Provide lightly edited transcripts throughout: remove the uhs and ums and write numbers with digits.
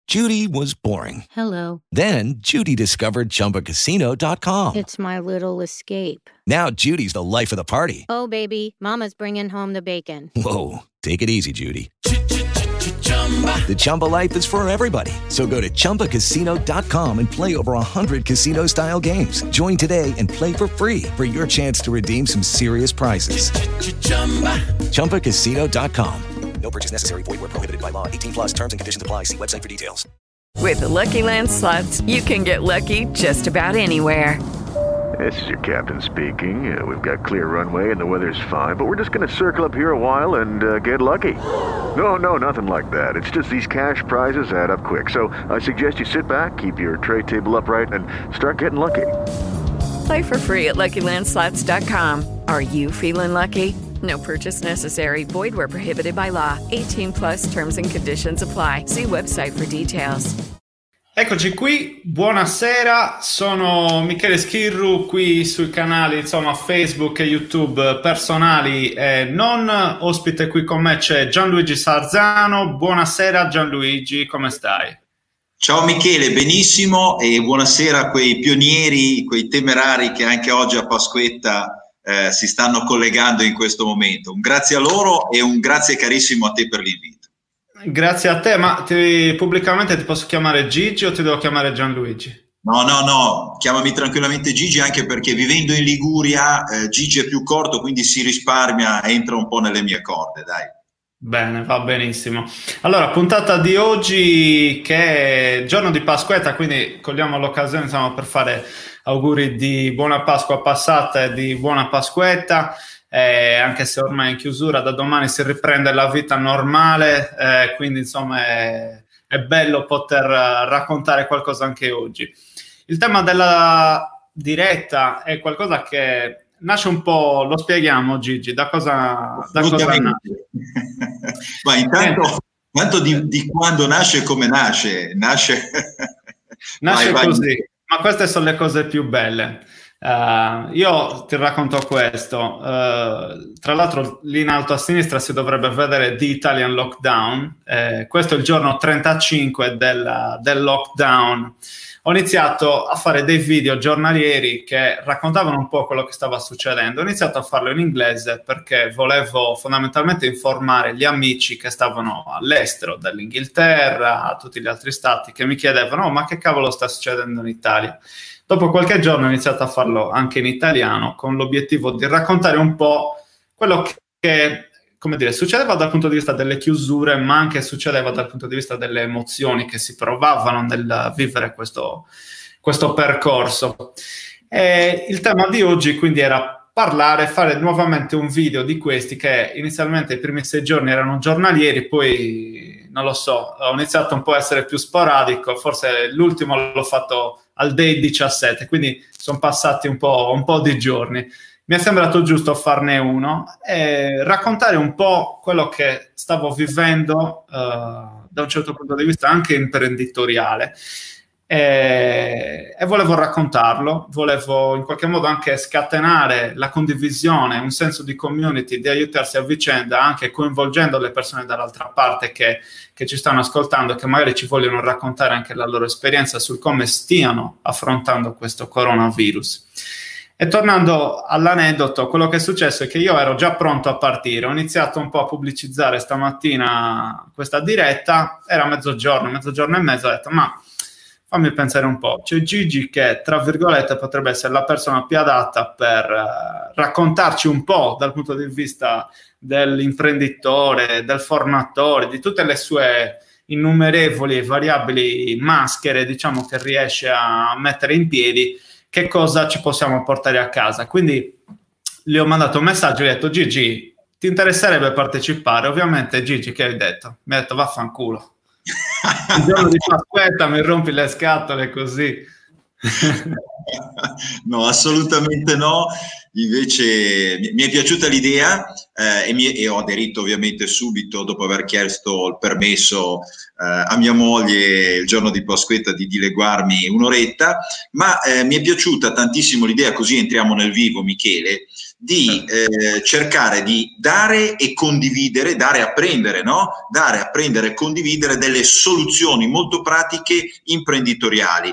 Judy was boring. Hello. Then Judy discovered ChumbaCasino.com. It's my little escape. Now Judy's the life of the party. Oh, baby, mama's bringing home the bacon. Whoa, take it easy, Judy. The Chumba life is for everybody. So go to ChumbaCasino.com and play over 100 casino-style games. Join today and play for free for your chance to redeem some serious prizes. ChumbaCasino.com. No purchase necessary. Void where prohibited by law. 18 plus terms and conditions apply. See website for details. With the Lucky Land Slots, you can get lucky just about anywhere. This is your captain speaking. We've got clear runway and the weather's fine, but we're just going to circle up here a while and get lucky. No, nothing like that. It's just these cash prizes add up quick. So I suggest you sit back, keep your tray table upright, and start getting lucky. Play for free at LuckyLandSlots.com. Are you feeling lucky? No purchase necessary. Void where prohibited by law. 18 plus terms and conditions apply. See website for details. Eccoci qui, buonasera, sono Michele Schirru qui sui canali insomma Facebook e YouTube personali e non. Ospite qui con me c'è Gianluigi Sarzano. Buonasera Gianluigi, come stai? Ciao Michele, benissimo, e buonasera a quei pionieri, quei temerari che anche oggi a Pasquetta si stanno collegando in questo momento. Un grazie a loro e un grazie carissimo a te per l'invito. Grazie a te, ma pubblicamente ti posso chiamare Gigi o ti devo chiamare Gianluigi? No, chiamami tranquillamente Gigi, anche perché vivendo in Liguria Gigi è più corto, quindi si risparmia, entra un po' nelle mie corde, dai. Bene, va benissimo. Allora, puntata di oggi che è giorno di Pasquetta, quindi cogliamo l'occasione insomma per fare auguri di buona Pasqua passata e di buona Pasquetta. Anche se ormai è in chiusura, da domani si riprende la vita normale, quindi insomma è bello poter raccontare qualcosa anche oggi. Il tema della diretta è qualcosa che nasce un po', lo spieghiamo Gigi, da cosa nasce? Ma intanto di quando nasce e come nasce vai. Così, ma queste sono le cose più belle. Io ti racconto questo, tra l'altro lì in alto a sinistra si dovrebbe vedere The Italian Lockdown, questo è il giorno 35 del lockdown. Ho iniziato a fare dei video giornalieri che raccontavano un po' quello che stava succedendo. Ho iniziato a farlo in inglese perché volevo fondamentalmente informare gli amici che stavano all'estero, dall'Inghilterra a tutti gli altri stati, che mi chiedevano ma che cavolo sta succedendo in Italia? Dopo qualche giorno ho iniziato a farlo anche in italiano con l'obiettivo di raccontare un po' quello che come dire, succedeva dal punto di vista delle chiusure, ma anche succedeva dal punto di vista delle emozioni che si provavano nel vivere questo percorso. E il tema di oggi quindi era fare nuovamente un video di questi che inizialmente i primi 6 giorni erano giornalieri, poi non lo so, ho iniziato un po' a essere più sporadico, forse l'ultimo l'ho fatto al day 17, quindi sono passati un po' di giorni. Mi è sembrato giusto farne uno e raccontare un po' quello che stavo vivendo da un certo punto di vista anche imprenditoriale e volevo raccontarlo, volevo in qualche modo anche scatenare la condivisione, un senso di community, di aiutarsi a vicenda, anche coinvolgendo le persone dall'altra parte che ci stanno ascoltando e che magari ci vogliono raccontare anche la loro esperienza sul come stiano affrontando questo coronavirus. E tornando all'aneddoto, quello che è successo è che io ero già pronto a partire, ho iniziato un po' a pubblicizzare stamattina questa diretta, era mezzogiorno e mezzo, ho detto ma fammi pensare un po', c'è Gigi che tra virgolette potrebbe essere la persona più adatta per raccontarci un po' dal punto di vista dell'imprenditore, del formatore, di tutte le sue innumerevoli e variabili maschere, diciamo, che riesce a mettere in piedi, che cosa ci possiamo portare a casa. Quindi gli ho mandato un messaggio e gli ho detto Gigi, ti interesserebbe partecipare? Ovviamente Gigi, che hai detto? Mi ha detto vaffanculo. Il giorno di Pasquetta mi rompi le scatole così. No, assolutamente no. Invece mi è piaciuta l'idea e ho aderito ovviamente subito dopo aver chiesto il permesso a mia moglie il giorno di Pasquetta di dileguarmi un'oretta, ma mi è piaciuta tantissimo l'idea, così entriamo nel vivo, Michele, di cercare di dare e condividere, dare a prendere, no? Dare a prendere e condividere delle soluzioni molto pratiche imprenditoriali.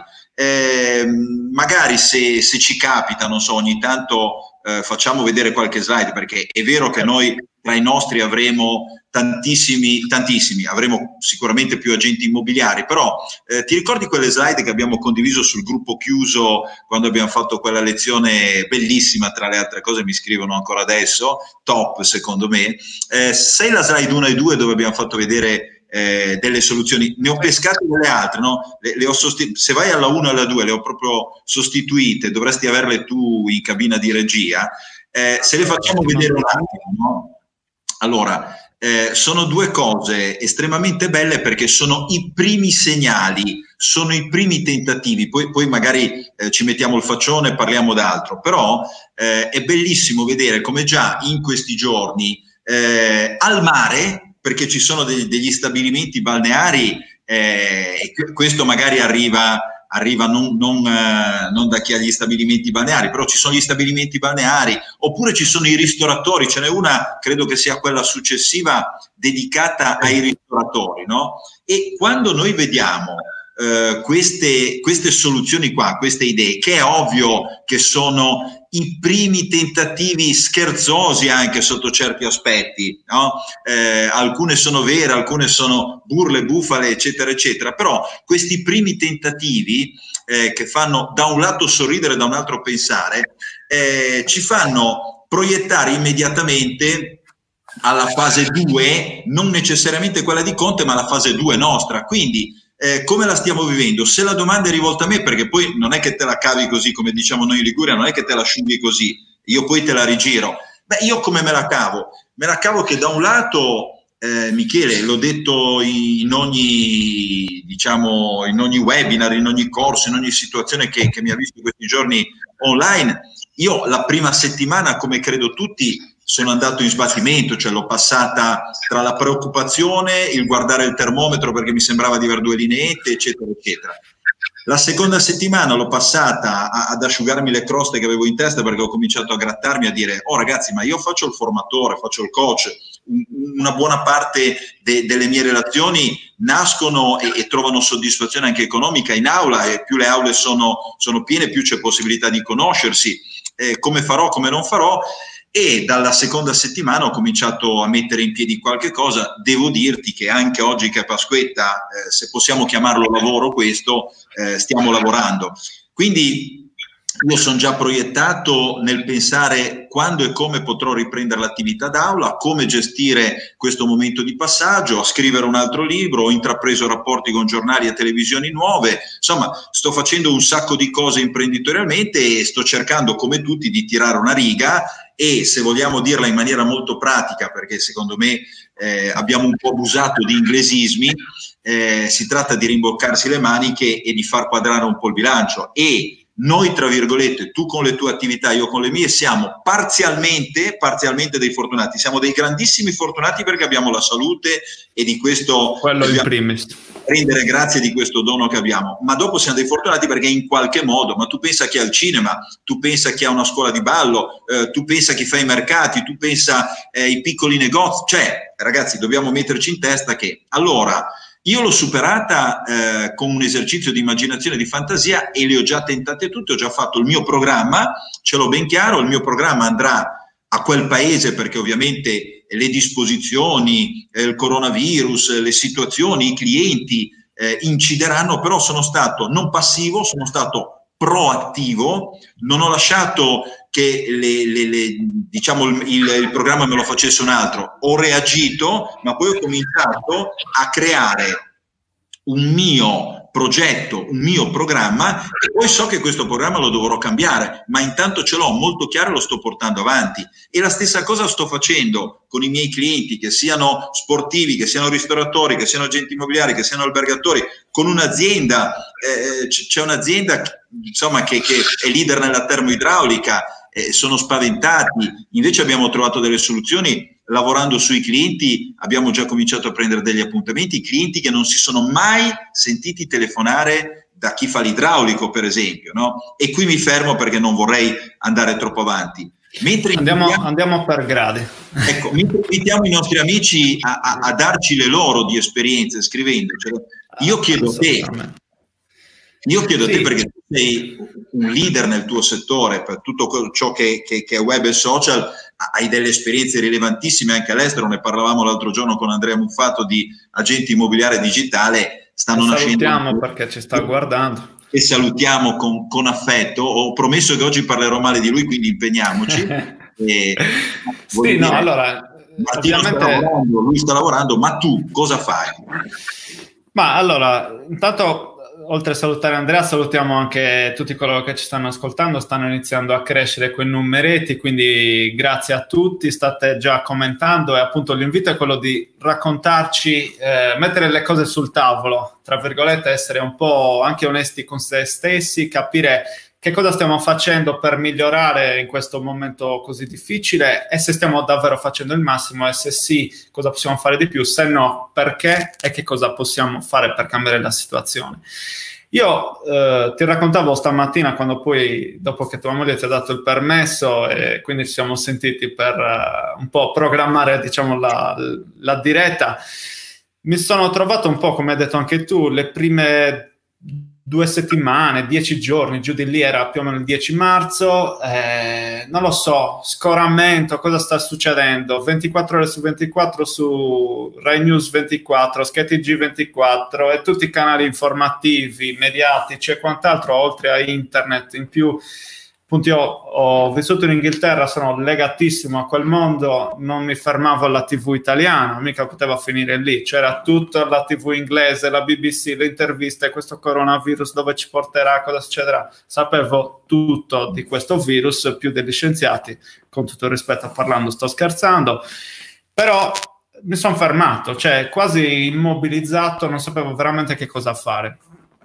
Magari se ci capita, non so, ogni tanto facciamo vedere qualche slide, perché è vero che noi tra i nostri avremo tantissimi, avremo sicuramente più agenti immobiliari, però ti ricordi quelle slide che abbiamo condiviso sul gruppo chiuso quando abbiamo fatto quella lezione bellissima, tra le altre cose mi scrivono ancora adesso, top secondo me, sai la slide 1 e 2 dove abbiamo fatto vedere delle soluzioni, ne ho pescate delle altre, no? Le ho se vai alla 1 e alla 2 le ho proprio sostituite, dovresti averle tu in cabina di regia, se le facciamo vedere un attimo, no? Allora, sono due cose estremamente belle perché sono i primi segnali, sono i primi tentativi, poi magari ci mettiamo il faccione e parliamo d'altro, però è bellissimo vedere come già in questi giorni al mare, perché ci sono degli stabilimenti balneari, e questo magari arriva non da chi ha gli stabilimenti balneari, però ci sono gli stabilimenti balneari, oppure ci sono i ristoratori, ce n'è una, credo che sia quella successiva, dedicata ai ristoratori, no? E quando noi vediamo queste soluzioni qua, queste idee, che è ovvio che sono i primi tentativi scherzosi anche sotto certi aspetti, no? Alcune sono vere, alcune sono burle, bufale, eccetera, eccetera, però questi primi tentativi che fanno da un lato sorridere, da un altro pensare, ci fanno proiettare immediatamente alla fase 2, non necessariamente quella di Conte, ma la fase 2 nostra. Quindi come la stiamo vivendo? Se la domanda è rivolta a me, perché poi non è che te la cavi così, come diciamo noi in Liguria, non è che te la asciughi così, io poi te la rigiro. Beh, io come me la cavo? Me la cavo che da un lato, Michele, l'ho detto in ogni webinar, in ogni corso, in ogni situazione che mi ha visto questi giorni online, io la prima settimana, come credo tutti, sono andato in sbattimento, cioè l'ho passata tra la preoccupazione, il guardare il termometro perché mi sembrava di avere 2 lineette, eccetera, eccetera. La seconda settimana l'ho passata ad asciugarmi le croste che avevo in testa, perché ho cominciato a grattarmi, a dire: oh ragazzi, ma io faccio il formatore, faccio il coach, una buona parte delle mie relazioni nascono e trovano soddisfazione anche economica in aula, e più le aule sono piene, più c'è possibilità di conoscersi, come farò, come non farò. E dalla seconda settimana ho cominciato a mettere in piedi qualche cosa. Devo dirti che anche oggi che è Pasquetta, se possiamo chiamarlo lavoro questo, stiamo lavorando. Quindi io sono già proiettato nel pensare quando e come potrò riprendere l'attività d'aula, come gestire questo momento di passaggio, a scrivere un altro libro, ho intrapreso rapporti con giornali e televisioni nuove, insomma sto facendo un sacco di cose imprenditorialmente e sto cercando come tutti di tirare una riga. E se vogliamo dirla in maniera molto pratica, perché secondo me abbiamo un po' abusato di inglesismi, si tratta di rimboccarsi le maniche e di far quadrare un po' il bilancio. E noi, tra virgolette, tu con le tue attività, io con le mie, siamo parzialmente dei fortunati. Siamo dei grandissimi fortunati perché abbiamo la salute, e di questo quello in primis. Rendere grazie di questo dono che abbiamo, ma dopo siamo dei fortunati perché in qualche modo, ma tu pensa chi ha il cinema, tu pensa chi ha una scuola di ballo, tu pensa chi fa i mercati, tu pensa ai piccoli negozi, cioè ragazzi dobbiamo metterci in testa che allora io l'ho superata con un esercizio di immaginazione e di fantasia, e le ho già tentate tutte, ho già fatto il mio programma, ce l'ho ben chiaro, il mio programma andrà a quel paese perché ovviamente le disposizioni, il coronavirus, le situazioni, i clienti incideranno, però sono stato non passivo, sono stato proattivo, non ho lasciato che il programma me lo facesse un altro, ho reagito, ma poi ho cominciato a creare un mio progetto, un mio programma, e poi so che questo programma lo dovrò cambiare, ma intanto ce l'ho molto chiaro e lo sto portando avanti. E la stessa cosa sto facendo con i miei clienti, che siano sportivi, che siano ristoratori, che siano agenti immobiliari, che siano albergatori, con un'azienda, c'è un'azienda insomma che è leader nella termoidraulica, sono spaventati, invece abbiamo trovato delle soluzioni. Lavorando sui clienti abbiamo già cominciato a prendere degli appuntamenti, clienti che non si sono mai sentiti telefonare da chi fa l'idraulico, per esempio, no? E qui mi fermo perché non vorrei andare troppo avanti. Mentre andiamo per gradi. Ecco, mentre invitiamo i nostri amici a darci le loro di esperienze scrivendocele, io chiedo a te, perché tu sei un leader nel tuo settore, per tutto ciò che è web e social, hai delle esperienze rilevantissime anche all'estero. Ne parlavamo l'altro giorno con Andrea Muffato di agente immobiliare digitale. Salutiamo perché ci sta guardando. E salutiamo con affetto. Ho promesso che oggi parlerò male di lui, quindi impegniamoci. Allora, Martino lui sta lavorando, ma tu cosa fai? Ma allora, intanto, oltre a salutare Andrea, salutiamo anche tutti coloro che ci stanno ascoltando. Stanno iniziando a crescere quei numeretti, quindi grazie a tutti, state già commentando, e appunto l'invito è quello di raccontarci, mettere le cose sul tavolo, tra virgolette, essere un po' anche onesti con se stessi, capire che cosa stiamo facendo per migliorare in questo momento così difficile, e se stiamo davvero facendo il massimo, e se sì, cosa possiamo fare di più, se no, perché, e che cosa possiamo fare per cambiare la situazione. Io ti raccontavo stamattina, quando poi, dopo che tua moglie ti ha dato il permesso, e quindi ci siamo sentiti per un po' programmare, diciamo, la diretta, mi sono trovato un po', come hai detto anche tu, le prime 2 settimane, 10 giorni, giù di lì, era più o meno il 10 marzo, non lo so, scoramento, cosa sta succedendo? 24 ore su 24 su Rai News 24, SkyTG 24 e tutti i canali informativi, mediatici e quant'altro, oltre a internet. In più, appunto, io ho vissuto in Inghilterra, sono legatissimo a quel mondo, non mi fermavo alla TV italiana, mica poteva finire lì, c'era tutta la TV inglese, la BBC, le interviste, questo coronavirus dove ci porterà, cosa succederà. Sapevo tutto di questo virus, più degli scienziati, con tutto il rispetto parlando, sto scherzando, però mi sono fermato, cioè quasi immobilizzato, non sapevo veramente che cosa fare.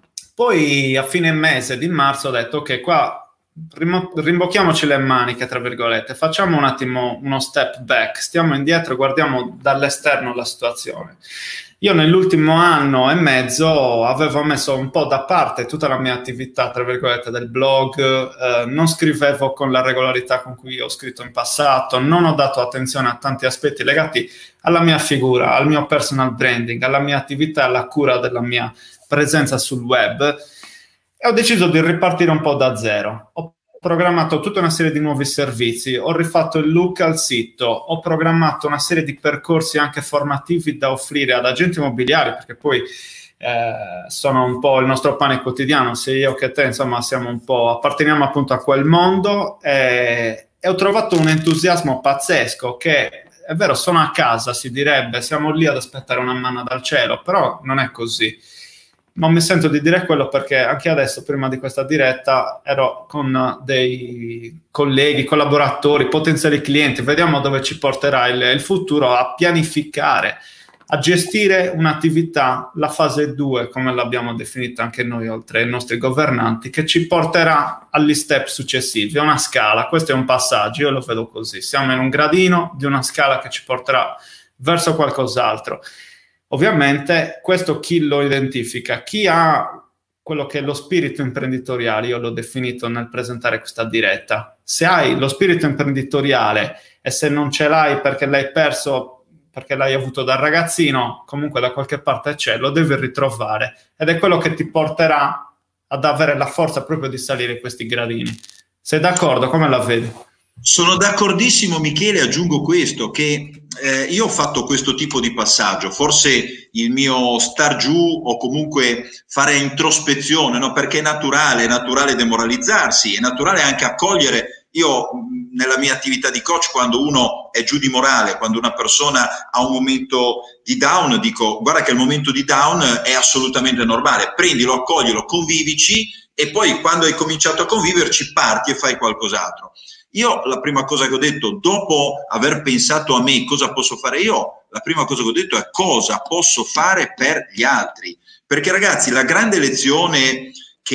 Poi a fine mese di marzo ho detto che qua rimbocchiamoci le maniche, tra virgolette, facciamo un attimo uno step back, stiamo indietro, guardiamo dall'esterno la situazione. Io nell'ultimo anno e mezzo avevo messo un po' da parte tutta la mia attività, tra virgolette, del blog, non scrivevo con la regolarità con cui ho scritto in passato, non ho dato attenzione a tanti aspetti legati alla mia figura, al mio personal branding, alla mia attività, alla cura della mia presenza sul web. E ho deciso di ripartire un po' da zero. Ho programmato tutta una serie di nuovi servizi, ho rifatto il look al sito, ho programmato una serie di percorsi anche formativi da offrire ad agenti immobiliari, perché poi sono un po' il nostro pane quotidiano, sia io che te, insomma, siamo un po', apparteniamo appunto a quel mondo, e ho trovato un entusiasmo pazzesco che, è vero, sono a casa, si direbbe, siamo lì ad aspettare una manna dal cielo, però non è così. Non mi sento di dire quello perché anche adesso, prima di questa diretta, ero con dei colleghi, collaboratori, potenziali clienti. Vediamo dove ci porterà il futuro, a pianificare, a gestire un'attività, la fase 2, come l'abbiamo definita anche noi, oltre ai nostri governanti, che ci porterà agli step successivi. È una scala, questo è un passaggio, io lo vedo così. Siamo in un gradino di una scala che ci porterà verso qualcos'altro. Ovviamente questo chi lo identifica? Chi ha quello che è lo spirito imprenditoriale, io l'ho definito nel presentare questa diretta. Se hai lo spirito imprenditoriale e se non ce l'hai perché l'hai perso, perché l'hai avuto da ragazzino, comunque da qualche parte c'è, lo devi ritrovare. Ed è quello che ti porterà ad avere la forza proprio di salire questi gradini. Sei d'accordo? Come la vedi? Sono d'accordissimo, Michele. Aggiungo questo, che io ho fatto questo tipo di passaggio, forse il mio star giù o comunque fare introspezione, no? Perché è naturale demoralizzarsi, è naturale anche accogliere. Io nella mia attività di coach, quando uno è giù di morale, quando una persona ha un momento di down, dico guarda che il momento di down è assolutamente normale, prendilo, accoglilo, convivici, e poi quando hai cominciato a conviverci parti e fai qualcos'altro. Io la prima cosa che ho detto, dopo aver pensato a me cosa posso fare io, la prima cosa che ho detto è cosa posso fare per gli altri. Perché ragazzi, la grande lezione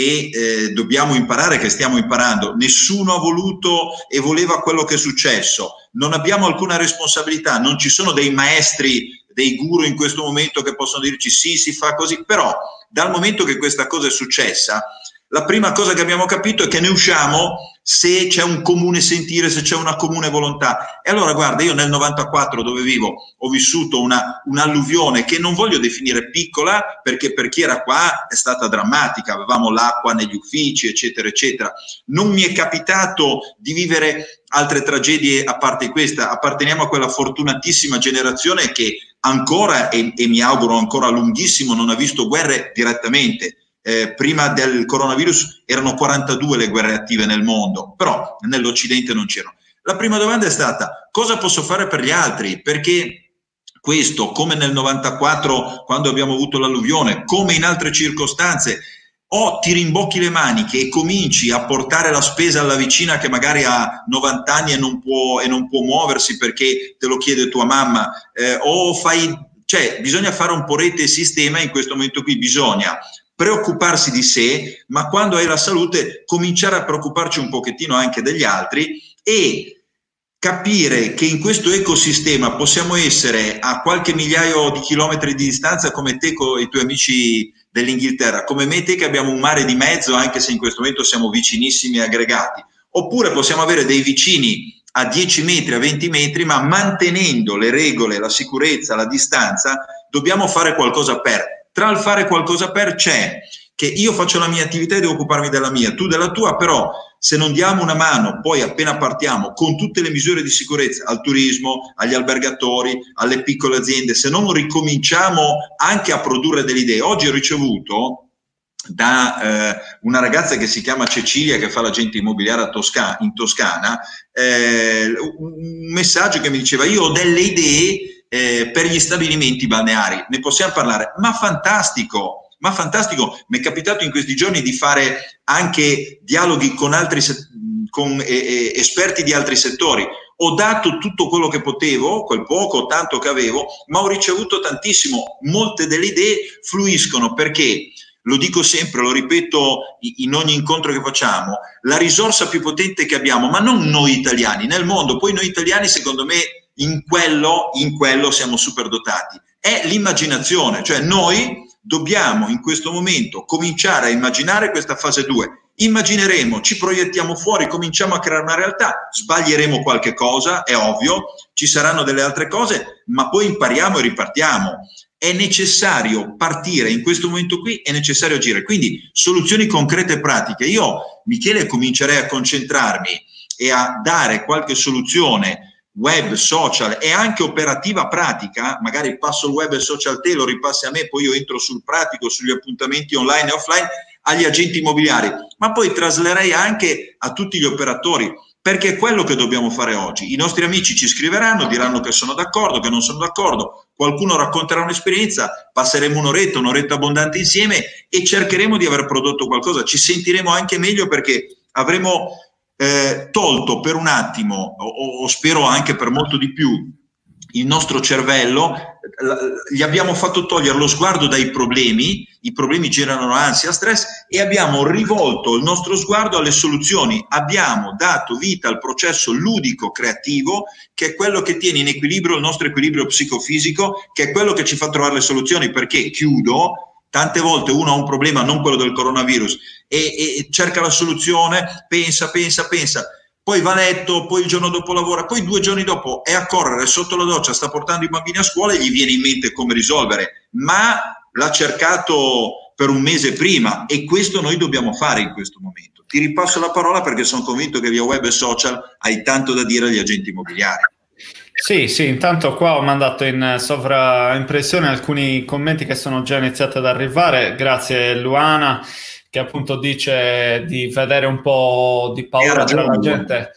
che dobbiamo imparare, che stiamo imparando, nessuno ha voluto e voleva quello che è successo, non abbiamo alcuna responsabilità, non ci sono dei maestri, dei guru in questo momento che possono dirci sì, si fa così, però dal momento che questa cosa è successa, La prima cosa che abbiamo capito è che ne usciamo se c'è un comune sentire, se c'è una comune volontà. E allora guarda, io nel 94 dove vivo ho vissuto un'alluvione che non voglio definire piccola, perché per chi era qua è stata drammatica, avevamo l'acqua negli uffici eccetera eccetera. Non mi è capitato di vivere altre tragedie a parte questa. Apparteniamo a quella fortunatissima generazione che ancora, e mi auguro ancora a lunghissimo, non ha visto guerre direttamente. Prima del coronavirus erano 42 le guerre attive nel mondo, però nell'Occidente non c'erano. La prima domanda è stata: cosa posso fare per gli altri? Perché questo, come nel 94 quando abbiamo avuto l'alluvione, come in altre circostanze, o ti rimbocchi le maniche e cominci a portare la spesa alla vicina che magari ha 90 anni e non può muoversi perché te lo chiede tua mamma, bisogna fare un po' rete e sistema. In questo momento qui bisogna preoccuparsi di sé, ma quando hai la salute cominciare a preoccuparci un pochettino anche degli altri e capire che in questo ecosistema possiamo essere a qualche migliaio di chilometri di distanza come te con i tuoi amici dell'Inghilterra, come me e te che abbiamo un mare di mezzo, anche se in questo momento siamo vicinissimi e aggregati, oppure possiamo avere dei vicini a 10 metri, a 20 metri, ma mantenendo le regole, la sicurezza, la distanza. Dobbiamo fare qualcosa per. Tra il fare qualcosa per c'è che io faccio la mia attività e devo occuparmi della mia, tu della tua, però se non diamo una mano poi appena partiamo con tutte le misure di sicurezza al turismo, agli albergatori, alle piccole aziende, se non ricominciamo anche a produrre delle idee. Oggi ho ricevuto da una ragazza che si chiama Cecilia, che fa l'agente immobiliare in Toscana, un messaggio che mi diceva: io ho delle idee per gli stabilimenti balneari, ne possiamo parlare? Ma fantastico, mi è capitato in questi giorni di fare anche dialoghi con esperti di altri settori. Ho dato tutto quello che potevo, quel poco o tanto che avevo, ma ho ricevuto tantissimo. Molte delle idee fluiscono perché, lo dico sempre, lo ripeto in ogni incontro che facciamo, la risorsa più potente che abbiamo, ma non noi italiani, nel mondo, poi noi italiani secondo me in quello siamo super dotati, è l'immaginazione. Cioè noi dobbiamo in questo momento cominciare a immaginare questa fase 2, immagineremo, ci proiettiamo fuori, cominciamo a creare una realtà, sbaglieremo qualche cosa, è ovvio, ci saranno delle altre cose, ma poi impariamo e ripartiamo. È necessario partire in questo momento qui, è necessario agire, quindi soluzioni concrete e pratiche. Io, Michele, comincerei a concentrarmi e a dare qualche soluzione web, social e anche operativa pratica. Magari passo il web e social te, lo ripassi a me, poi io entro sul pratico, sugli appuntamenti online e offline, agli agenti immobiliari, ma poi traslerei anche a tutti gli operatori, perché è quello che dobbiamo fare oggi. I nostri amici ci scriveranno, diranno che sono d'accordo, che non sono d'accordo, qualcuno racconterà un'esperienza, passeremo un'oretta abbondante insieme e cercheremo di aver prodotto qualcosa. Ci sentiremo anche meglio perché avremo tolto per un attimo, o spero anche per molto di più, il nostro cervello, gli abbiamo fatto togliere lo sguardo dai problemi. I problemi generano ansia, stress, e abbiamo rivolto il nostro sguardo alle soluzioni. Abbiamo dato vita al processo ludico creativo, che è quello che tiene in equilibrio il nostro equilibrio psicofisico, che è quello che ci fa trovare le soluzioni. Perché, chiudo, tante volte uno ha un problema, non quello del coronavirus, e cerca la soluzione, pensa, poi va a letto, poi il giorno dopo lavora, poi 2 giorni dopo è a correre sotto la doccia, sta portando i bambini a scuola e gli viene in mente come risolvere, ma l'ha cercato per un mese prima, e questo noi dobbiamo fare in questo momento. Ti ripasso la parola perché sono convinto che via web e social hai tanto da dire agli agenti immobiliari. Sì, intanto qua ho mandato in sovraimpressione alcuni commenti che sono già iniziati ad arrivare. Grazie Luana, che appunto dice di vedere un po' di paura tra la gente,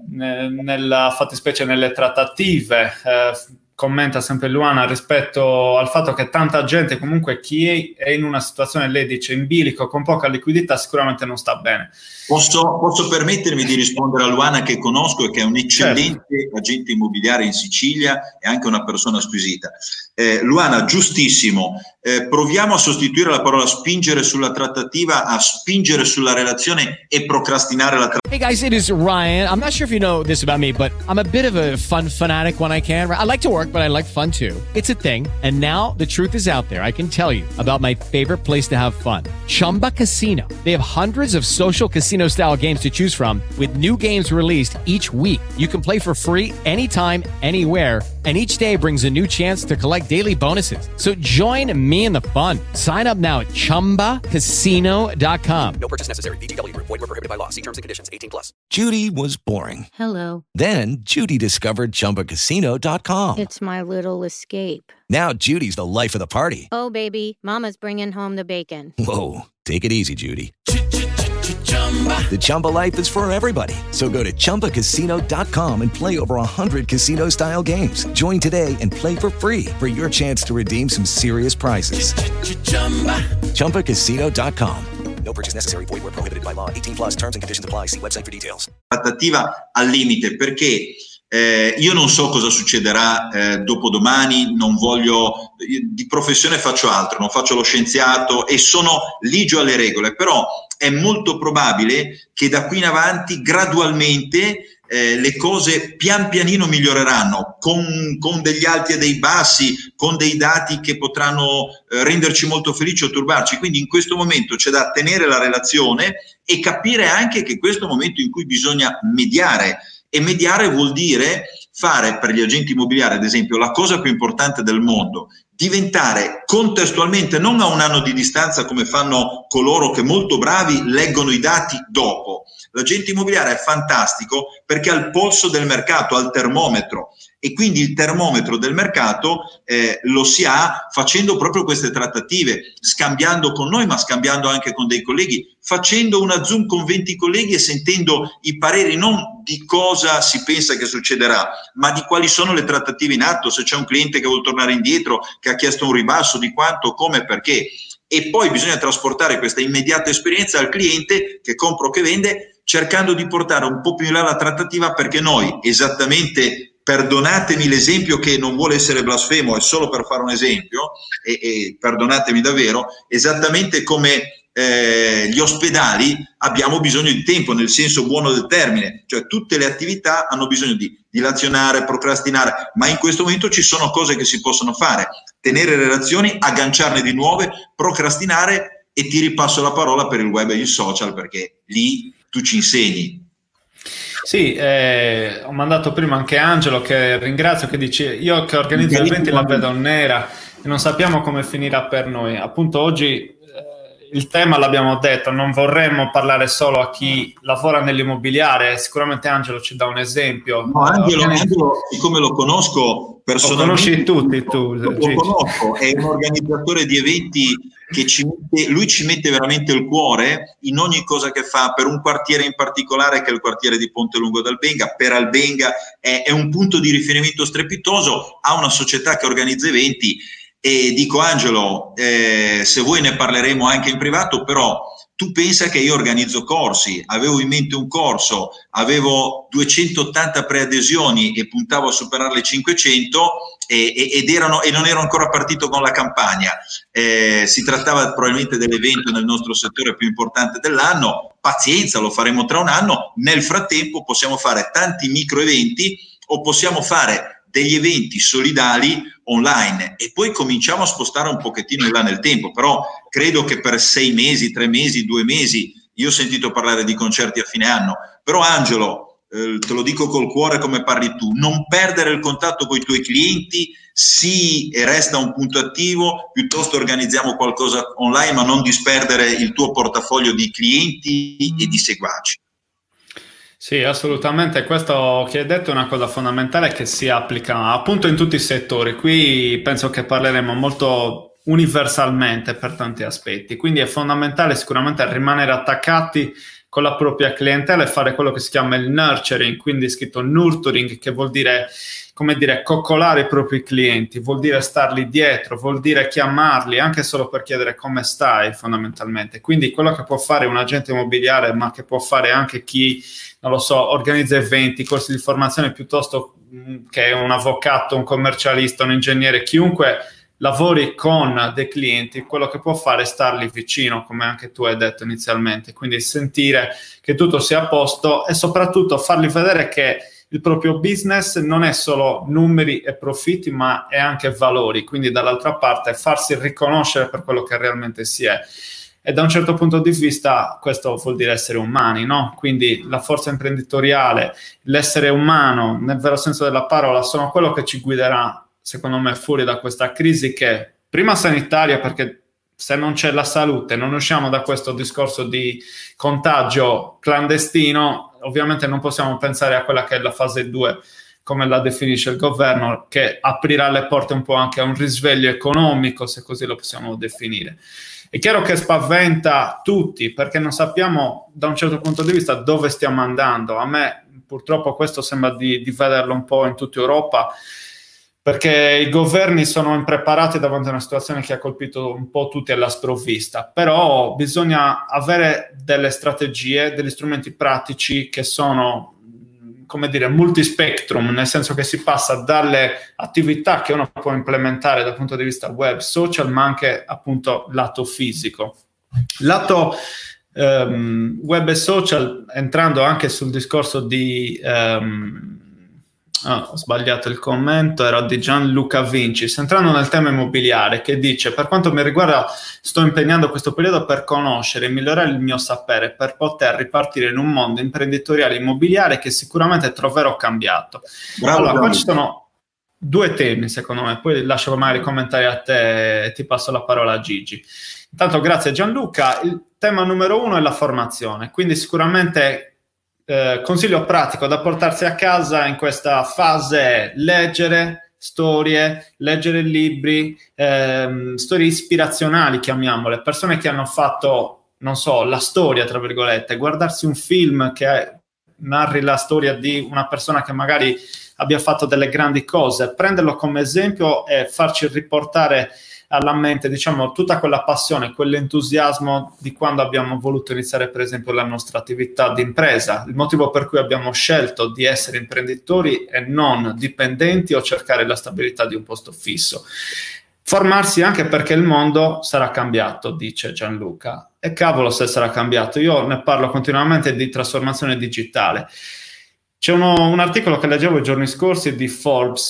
nella fattispecie nelle trattative. Commenta sempre Luana rispetto al fatto che tanta gente, comunque chi è in una situazione, lei dice, in bilico con poca liquidità, sicuramente non sta bene. Posso permettermi di rispondere a Luana, che conosco e che è un eccellente agente immobiliare in Sicilia e anche una persona squisita. Luana, giustissimo, proviamo a sostituire la parola spingere sulla trattativa a spingere sulla relazione e procrastinare la trattativa. Hey guys, it is Ryan. I'm not sure if you know this about me, but I'm a bit of a fun fanatic when I can. I like to work, but I like fun too. It's a thing. And now the truth is out there. I can tell you about my favorite place to have fun. Chumba Casino. They have hundreds of social casino style games to choose from with new games released each week. You can play for free anytime, anywhere. And each day brings a new chance to collect daily bonuses. So join me in the fun. Sign up now at ChumbaCasino.com. No purchase necessary. VGW Group. Void where prohibited by law. See terms and conditions. 18+. Judy was boring. Hello. Then Judy discovered ChumbaCasino.com. It's my little escape. Now Judy's the life of the party. Oh, baby, mama's bringing home the bacon. Whoa, take it easy, Judy. The Chumba life is for everybody. So go to ChumbaCasino.com and play over 100 casino-style games. Join today and play for free for your chance to redeem some serious prizes. ChumbaCasino.com. No purchase necessary. Void where prohibited by law. 18+. Terms and conditions apply. See website for details. Trattativa al limite, perché io non so cosa succederà dopodomani, non voglio, di professione faccio altro, non faccio lo scienziato e sono ligio alle regole, però è molto probabile che da qui in avanti gradualmente le cose pian pianino miglioreranno, con degli alti e dei bassi, con dei dati che potranno renderci molto felici o turbarci. Quindi in questo momento c'è da tenere la relazione e capire anche che questo è il momento in cui bisogna mediare, e mediare vuol dire fare per gli agenti immobiliari, ad esempio, la cosa più importante del mondo: diventare contestualmente, non a un anno di distanza come fanno coloro che molto bravi leggono i dati dopo. L'agente immobiliare è fantastico perché ha il polso del mercato, ha il termometro, e quindi il termometro del mercato lo si ha facendo proprio queste trattative, scambiando con noi, ma scambiando anche con dei colleghi, facendo una Zoom con 20 colleghi e sentendo i pareri non di cosa si pensa che succederà, ma di quali sono le trattative in atto, se c'è un cliente che vuole tornare indietro, che ha chiesto un ribasso, di quanto, come, perché. E poi bisogna trasportare questa immediata esperienza al cliente che compra o che vende, cercando di portare un po' più in là la trattativa, perché noi, esattamente, perdonatemi l'esempio che non vuole essere blasfemo, è solo per fare un esempio, e perdonatemi davvero, esattamente come gli ospedali abbiamo bisogno di tempo, nel senso buono del termine, cioè tutte le attività hanno bisogno di dilazionare, procrastinare, ma in questo momento ci sono cose che si possono fare: tenere relazioni, agganciarne di nuove, procrastinare, e ti ripasso la parola per il web e il social, perché lì tu ci insegni. Sì, ho mandato prima anche Angelo, che ringrazio, che dice: io che organizzo eventi la vedo nera e non sappiamo come finirà per noi. Appunto oggi il tema l'abbiamo detto, non vorremmo parlare solo a chi lavora nell'immobiliare. Sicuramente Angelo ci dà un esempio. No, Angelo, siccome lo conosco personalmente, lo conosci tutti tu, lo conosco, è un organizzatore di eventi che ci mette veramente il cuore in ogni cosa che fa, per un quartiere in particolare che è il quartiere di Ponte Lungo d'Albenga. Per Albenga è un punto di riferimento strepitoso, ha una società che organizza eventi. E dico: Angelo, se vuoi ne parleremo anche in privato, però tu pensa che io organizzo corsi, avevo in mente un corso, avevo 280 preadesioni e puntavo a superare le 500 e non ero ancora partito con la campagna. Si trattava probabilmente dell'evento nel nostro settore più importante dell'anno. Pazienza, lo faremo tra un anno. Nel frattempo possiamo fare tanti micro eventi o possiamo fare degli eventi solidali online, e poi cominciamo a spostare un pochettino in là nel tempo. Però credo che per 6 mesi, 3 mesi, 2 mesi, io ho sentito parlare di concerti a fine anno. Però Angelo, te lo dico col cuore come parli tu, non perdere il contatto con i tuoi clienti, sì, e resta un punto attivo, piuttosto organizziamo qualcosa online, ma non disperdere il tuo portafoglio di clienti e di seguaci. Sì, assolutamente. Questo che hai detto è una cosa fondamentale che si applica appunto in tutti i settori. Qui penso che parleremo molto universalmente per tanti aspetti, quindi è fondamentale sicuramente rimanere attaccati con la propria clientela e fare quello che si chiama il nurturing, quindi scritto nurturing, che vuol dire, come dire, coccolare i propri clienti, vuol dire starli dietro, vuol dire chiamarli anche solo per chiedere come stai, fondamentalmente. Quindi quello che può fare un agente immobiliare, ma che può fare anche chi, non lo so, organizza eventi, corsi di formazione, piuttosto che un avvocato, un commercialista, un ingegnere, chiunque lavori con dei clienti, quello che può fare è starli vicino, come anche tu hai detto inizialmente, quindi sentire che tutto sia a posto e soprattutto fargli vedere che il proprio business non è solo numeri e profitti, ma è anche valori, quindi dall'altra parte farsi riconoscere per quello che realmente si è. E da un certo punto di vista questo vuol dire essere umani, no? Quindi la forza imprenditoriale, l'essere umano nel vero senso della parola sono quello che ci guiderà, secondo me, fuori da questa crisi che prima sanitaria, perché se non c'è la salute, non usciamo da questo discorso di contagio clandestino, ovviamente non possiamo pensare a quella che è la fase 2, come la definisce il governo, che aprirà le porte un po' anche a un risveglio economico, se così lo possiamo definire. È chiaro che spaventa tutti, perché non sappiamo da un certo punto di vista dove stiamo andando. A me purtroppo questo sembra di vederlo un po' in tutta Europa, perché i governi sono impreparati davanti a una situazione che ha colpito un po' tutti alla sprovvista, però bisogna avere delle strategie, degli strumenti pratici che sono, come dire, multispectrum, nel senso che si passa dalle attività che uno può implementare dal punto di vista web, social, ma anche appunto lato fisico. Lato web e social, entrando anche sul discorso di... ho sbagliato il commento, era di Gianluca Vincis, entrando nel tema immobiliare, che dice: per quanto mi riguarda sto impegnando questo periodo per conoscere e migliorare il mio sapere per poter ripartire in un mondo imprenditoriale immobiliare che sicuramente troverò cambiato. Bravo, allora, bravo. qua ci sono due temi secondo me, poi lascio magari commentare a te e ti passo la parola a Gigi. Intanto grazie Gianluca. Il tema numero 1 è la formazione, quindi sicuramente consiglio pratico da portarsi a casa in questa fase è leggere storie, leggere libri, storie ispirazionali, chiamiamole, persone che hanno fatto, non so, la storia, tra virgolette, guardarsi un film che narri la storia di una persona che magari abbia fatto delle grandi cose, prenderlo come esempio e farci riportare alla mente, diciamo, tutta quella passione, quell'entusiasmo di quando abbiamo voluto iniziare, per esempio, la nostra attività di impresa, il motivo per cui abbiamo scelto di essere imprenditori e non dipendenti o cercare la stabilità di un posto fisso. Formarsi anche perché il mondo sarà cambiato, dice Gianluca. E cavolo se sarà cambiato. Io ne parlo continuamente di trasformazione digitale. C'è un articolo che leggevo i giorni scorsi di Forbes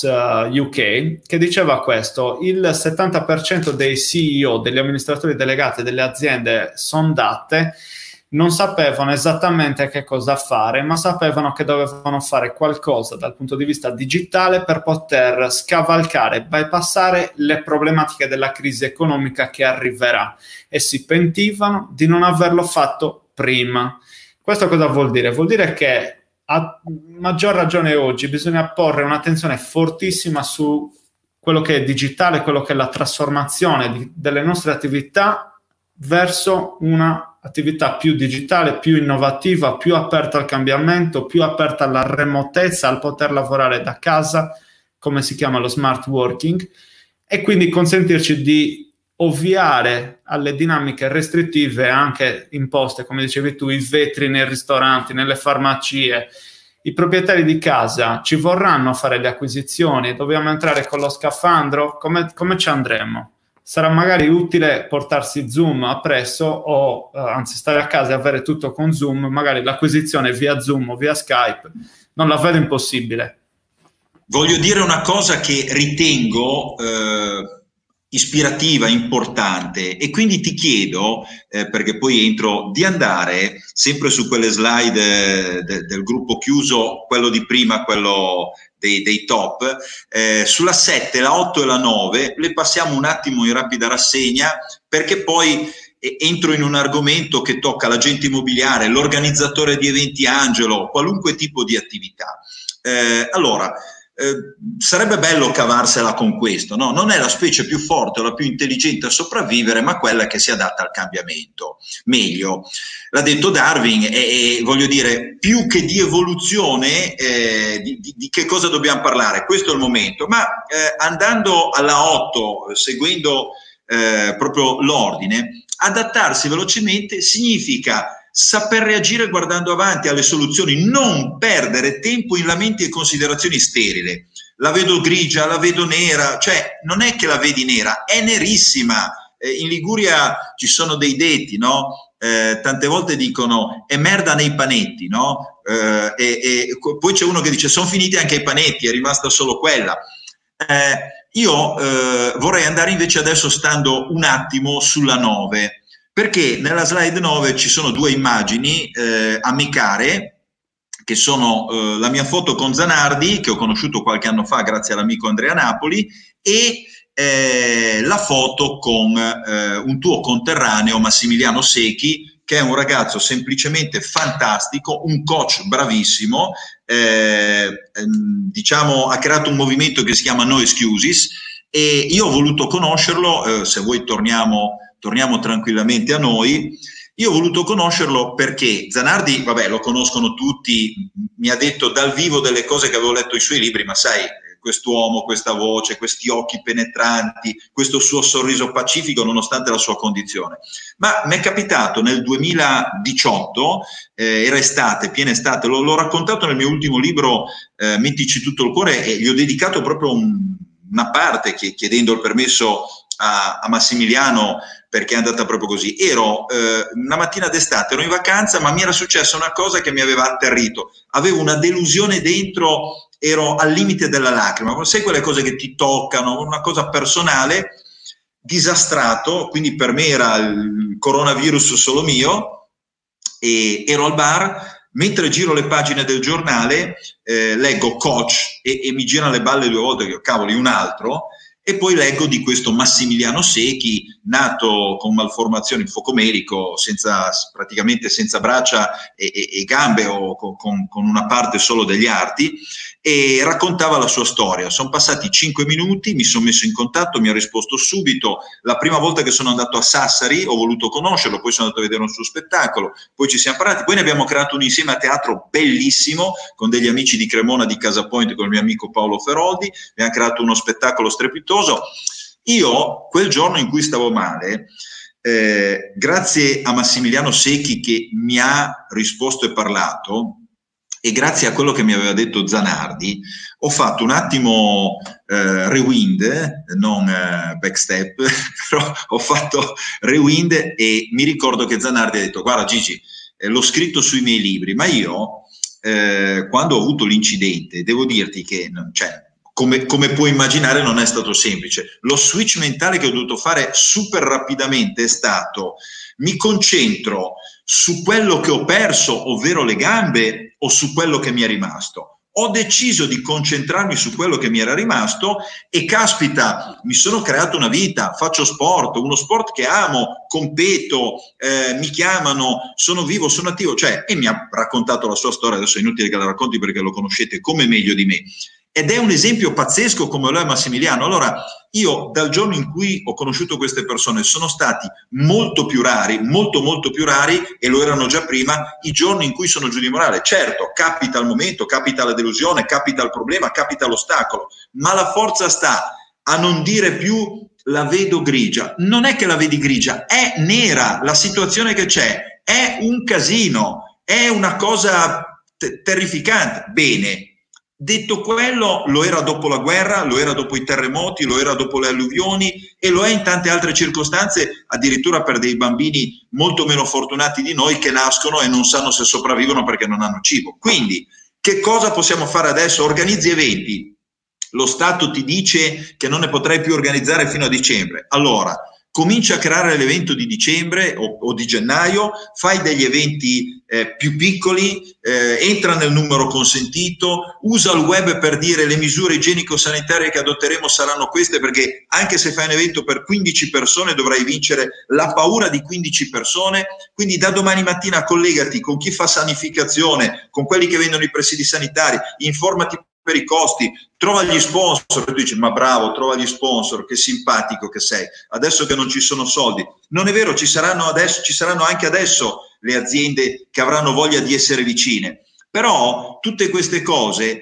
UK che diceva questo: il 70% dei CEO, degli amministratori delegati delle aziende sondate non sapevano esattamente che cosa fare, ma sapevano che dovevano fare qualcosa dal punto di vista digitale per poter scavalcare, bypassare le problematiche della crisi economica che arriverà, e si pentivano di non averlo fatto prima. Questo cosa vuol dire? Vuol dire che a maggior ragione oggi bisogna porre un'attenzione fortissima su quello che è digitale, quello che è la trasformazione delle nostre attività verso una attività più digitale, più innovativa, più aperta al cambiamento, più aperta alla remotezza, al poter lavorare da casa, come si chiama lo smart working, e quindi consentirci di ovviare alle dinamiche restrittive anche imposte, come dicevi tu, i vetri nei ristoranti, nelle farmacie. I proprietari di casa ci vorranno a fare le acquisizioni, dobbiamo entrare con lo scafandro, come ci andremo? Sarà magari utile portarsi Zoom appresso o anzi stare a casa e avere tutto con Zoom, magari l'acquisizione via Zoom o via Skype, non la vedo impossibile. Voglio dire una cosa che ritengo ispirativa, importante, e quindi ti chiedo, perché poi entro, di andare sempre su quelle slide del gruppo chiuso, quello di prima, quello dei top, sulla 7, la 8 e la 9, le passiamo un attimo in rapida rassegna, perché poi entro in un argomento che tocca l'agente immobiliare, l'organizzatore di eventi Angelo, qualunque tipo di attività. Allora, sarebbe bello cavarsela con questo, no? Non è la specie più forte o la più intelligente a sopravvivere, ma quella che si adatta al cambiamento meglio. L'ha detto Darwin, e voglio dire, più che di evoluzione, di che cosa dobbiamo parlare? Questo è il momento. Ma andando alla 8, seguendo proprio l'ordine, adattarsi velocemente significa saper reagire guardando avanti alle soluzioni, non perdere tempo in lamenti e considerazioni sterili. la vedo grigia, la vedo nera, cioè non è che la vedi nera, è nerissima. In Liguria ci sono dei detti, no? Tante volte dicono è merda nei panetti, no? E poi c'è uno che dice sono finiti anche i panetti, è rimasta solo quella. Io vorrei andare invece adesso stando un attimo sulla 9, perché nella slide 9 ci sono due immagini a me care, che sono la mia foto con Zanardi, che ho conosciuto qualche anno fa grazie all'amico Andrea Napoli, e la foto con un tuo conterraneo Massimiliano Secchi, che è un ragazzo semplicemente fantastico, un coach bravissimo, diciamo ha creato un movimento che si chiama No Excuses, e io ho voluto conoscerlo, se voi torniamo tranquillamente a noi. Io ho voluto conoscerlo perché Zanardi, vabbè, lo conoscono tutti, mi ha detto dal vivo delle cose che avevo letto i suoi libri, ma sai, quest'uomo, questa voce, questi occhi penetranti, questo suo sorriso pacifico nonostante la sua condizione. Ma mi è capitato nel 2018, era estate, piena estate, l'ho raccontato nel mio ultimo libro, Mettici tutto il cuore, e gli ho dedicato proprio una parte, chiedendo il permesso a Massimiliano, perché è andata proprio così. Ero una mattina d'estate, ero in vacanza, ma mi era successa una cosa che mi aveva atterrito. Avevo una delusione dentro, ero al limite della lacrima. Sai quelle cose che ti toccano, una cosa personale, disastrato, quindi per me era il coronavirus solo mio, e ero al bar. Mentre giro le pagine del giornale, leggo coach e mi girano le balle due volte, che cavoli, un altro. E poi leggo di questo Massimiliano Secchi, nato con malformazioni focomelico, praticamente senza braccia e gambe, o con una parte solo degli arti, e raccontava la sua storia. Sono passati 5 minuti, mi sono messo in contatto, mi ha risposto subito. La prima volta che sono andato a Sassari ho voluto conoscerlo, poi sono andato a vedere un suo spettacolo, poi ci siamo parlati, poi ne abbiamo creato un insieme a teatro bellissimo con degli amici di Cremona, di Casa Point, con il mio amico Paolo Feroldi. Abbiamo creato uno spettacolo strepitoso. Io quel giorno in cui stavo male, grazie a Massimiliano Secchi che mi ha risposto e parlato, e grazie a quello che mi aveva detto Zanardi, ho fatto un attimo rewind, non backstep, però ho fatto rewind, e mi ricordo che Zanardi ha detto: guarda Gigi, l'ho scritto sui miei libri, ma io quando ho avuto l'incidente, devo dirti che come puoi immaginare non è stato semplice. Lo switch mentale che ho dovuto fare super rapidamente è stato: mi concentro su quello che ho perso, ovvero le gambe, o su quello che mi è rimasto? Ho deciso di concentrarmi su quello che mi era rimasto, e caspita, mi sono creato una vita, faccio sport, uno sport che amo, competo, mi chiamano, sono vivo, sono attivo, e mi ha raccontato la sua storia. Adesso è inutile che la racconti perché lo conoscete come meglio di me. Ed è un esempio pazzesco come lo è Massimiliano. Allora, io dal giorno in cui ho conosciuto queste persone sono stati molto più rari, molto molto più rari, e lo erano già prima, i giorni in cui sono giù di morale. Certo, capita il momento, capita la delusione, capita il problema, capita l'ostacolo, ma la forza sta a non dire più la vedo grigia. Non è che la vedi grigia, è nera. La situazione che c'è è un casino, è una cosa terrificante. Bene. Detto quello, lo era dopo la guerra, lo era dopo i terremoti, lo era dopo le alluvioni, e lo è in tante altre circostanze, addirittura per dei bambini molto meno fortunati di noi che nascono e non sanno se sopravvivono perché non hanno cibo. Quindi, che cosa possiamo fare adesso? Organizzi eventi. Lo Stato ti dice che non ne potrai più organizzare fino a dicembre. Allora, comincia a creare l'evento di dicembre o di gennaio, fai degli eventi più piccoli, entra nel numero consentito, usa il web per dire: le misure igienico-sanitarie che adotteremo saranno queste, perché anche se fai un evento per 15 persone dovrai vincere la paura di 15 persone. Quindi da domani mattina collegati con chi fa sanificazione, con quelli che vendono i presidi sanitari, informati per i costi, trova gli sponsor. Tu dici: ma bravo, trova gli sponsor, che simpatico che sei, adesso che non ci sono soldi. Non è vero, ci saranno anche adesso le aziende che avranno voglia di essere vicine, però tutte queste cose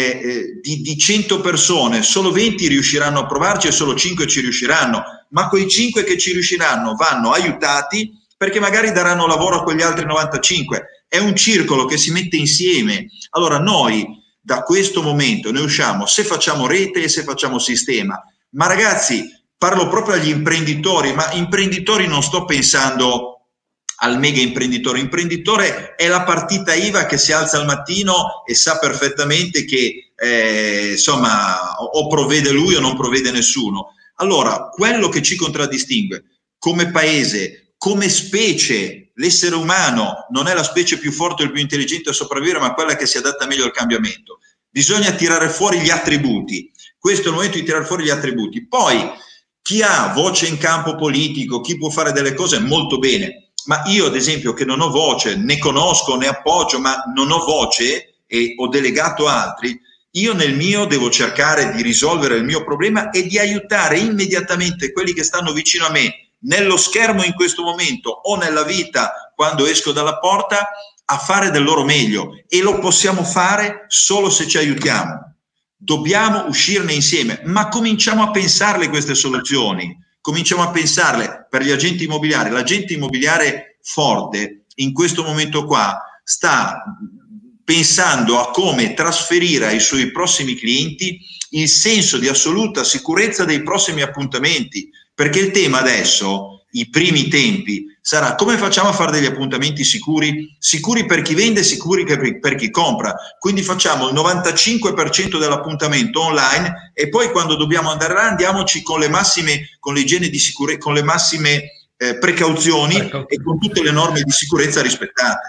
di 100 persone solo 20 riusciranno a provarci e solo 5 ci riusciranno, ma quei 5 che ci riusciranno vanno aiutati, perché magari daranno lavoro a quegli altri 95. È un circolo che si mette insieme. Allora noi da questo momento ne usciamo se facciamo rete e se facciamo sistema. Ma ragazzi, parlo proprio agli imprenditori, ma imprenditori non sto pensando al mega imprenditore. Imprenditore è la partita IVA che si alza al mattino e sa perfettamente che insomma o provvede lui o non provvede nessuno. Allora, quello che ci contraddistingue come paese, come specie, l'essere umano non è la specie più forte o il più intelligente a sopravvivere, ma quella che si adatta meglio al cambiamento. Bisogna tirare fuori gli attributi. Questo è il momento di tirare fuori gli attributi. Poi chi ha voce in campo politico, chi può fare delle cose molto bene, ma io ad esempio che non ho voce, né conosco né appoggio, ma non ho voce e ho delegato altri, io nel mio devo cercare di risolvere il mio problema e di aiutare immediatamente quelli che stanno vicino a me, nello schermo in questo momento o nella vita quando esco dalla porta, a fare del loro meglio, e lo possiamo fare solo se ci aiutiamo. Dobbiamo uscirne insieme, ma cominciamo a pensarle queste soluzioni, cominciamo a pensarle per gli agenti immobiliari. L'agente immobiliare forte in questo momento qua sta pensando a come trasferire ai suoi prossimi clienti il senso di assoluta sicurezza dei prossimi appuntamenti, perché il tema adesso, i primi tempi, sarà come facciamo a fare degli appuntamenti sicuri per chi vende, sicuri per chi compra. Quindi facciamo il 95% dell'appuntamento online e poi quando dobbiamo andare là andiamoci con le igiene di sicurezza, con le massime precauzioni e con tutte le norme di sicurezza rispettate.